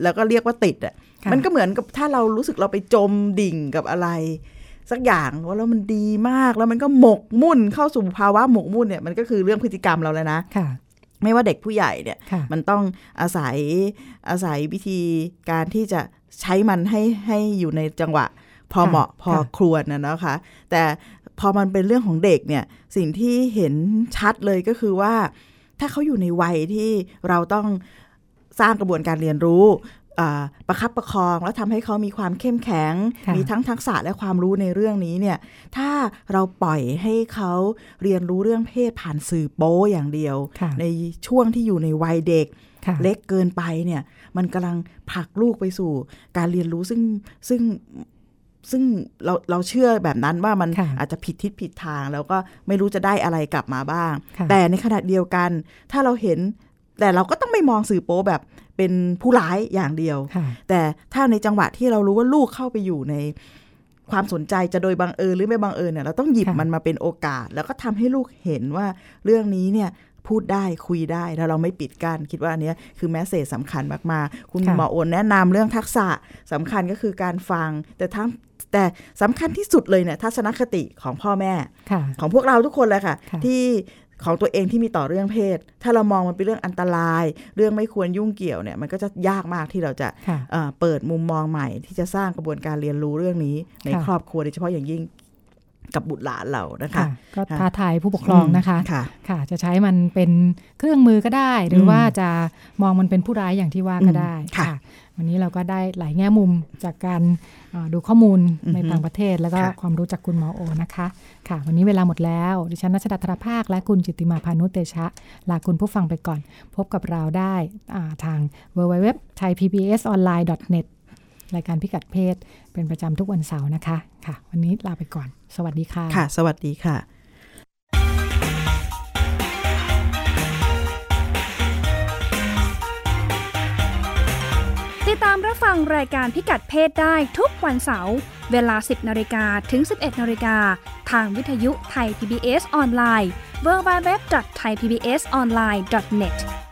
แล้วก็เรียกว่าติดอ่ะมันก็เหมือนกับถ้าเรารู้สึกเราไปจมดิ่งกับอะไรสักอย่างแล้วมันดีมากแล้วมันก็หมกมุ่นเข้าสู่ภาวะหมกมุ่นเนี่ยมันก็คือเรื่องพฤติกรรมเราแล้วนะไม่ว่าเด็กผู้ใหญ่เนี่ยมันต้องอาศัยวิธีการที่จะใช้มันให้อยู่ในจังหวะพอเหมาะพอควรนะคะแต่พอมันเป็นเรื่องของเด็กเนี่ยสิ่งที่เห็นชัดเลยก็คือว่าถ้าเขาอยู่ในวัยที่เราต้องสร้างกระบวนการเรียนรู้ประคับประคองแล้วทำให้เขามีความเข้มแข็งมีทั้งทักษะและความรู้ในเรื่องนี้เนี่ยถ้าเราปล่อยให้เขาเรียนรู้เรื่องเพศผ่านสื่อโป๊อย่างเดียวในช่วงที่อยู่ในวัยเด็กเล็กเกินไปเนี่ยมันกำลังผลักลูกไปสู่การเรียนรู้ซึ่งเราเชื่อแบบนั้นว่ามันอาจจะผิดทิศผิดทางแล้วก็ไม่รู้จะได้อะไรกลับมาบ้างแต่ในขณะเดียวกันถ้าเราเห็นแต่เราก็ต้องไม่มองสื่อโป๊แบบเป็นผู้ร้ายอย่างเดียวแต่ถ้าในจังหวะที่เรารู้ว่าลูกเข้าไปอยู่ในความสนใจจะโดยบังเอิญหรือไม่บังเอิญเนี่ยเราต้องหยิบมันมาเป็นโอกาสแล้วก็ทำให้ลูกเห็นว่าเรื่องนี้เนี่ยพูดได้คุยได้แล้วเราไม่ปิดกั้นคิดว่าอันนี้คือแมสเสจสำคัญมากๆคุณหมอโอนแนะนำเรื่องทักษะสำคัญก็คือการฟังแต่สำคัญที่สุดเลยเนี่ยทัศนคติของพ่อแม่ของพวกเราทุกคนเลยค่ะที่ของตัวเองที่มีต่อเรื่องเพศถ้าเรามองมันเป็นเรื่องอันตรายเรื่องไม่ควรยุ่งเกี่ยวเนี่ยมันก็จะยากมากที่เราจะเปิดมุมมองใหม่ที่จะสร้างกระบวนการเรียนรู้เรื่องนี้ในครอบครัวโดยเฉพาะอย่างยิ่งกับบุตรหลานเรานะคะก็ท้าทายผู้ปกครองนะคะค่ะจะใช้มันเป็นเครื่องมือก็ได้หรือว่าจะมองมันเป็นผู้ร้ายอย่างที่ว่าก็ได้ค่ะวันนี้เราก็ได้หลายแง่มุมจากการดูข้อมูลในต่างประเทศแล้วก็ความรู้จากคุณหมอโอนะคะค่ะวันนี้เวลาหมดแล้วดิฉันณัชดา ธรภาคและคุณจิตติมาพานุเตชะลาคุณผู้ฟังไปก่อนพบกับเราได้ทาง www.thaipbsonline.net รายการพิกัดเพศเป็นประจำทุกวันเสาร์นะคะค่ะวันนี้ลาไปก่อนสวัสดีค่ะค่ะสวัสดีค่ะติดตามรับฟังรายการพิกัดเพศได้ทุกวันเสาร์เวลา 10:00 นถึง 11:00 นทางวิทยุไทย PBS ออนไลน์ www.thaipbsonline.net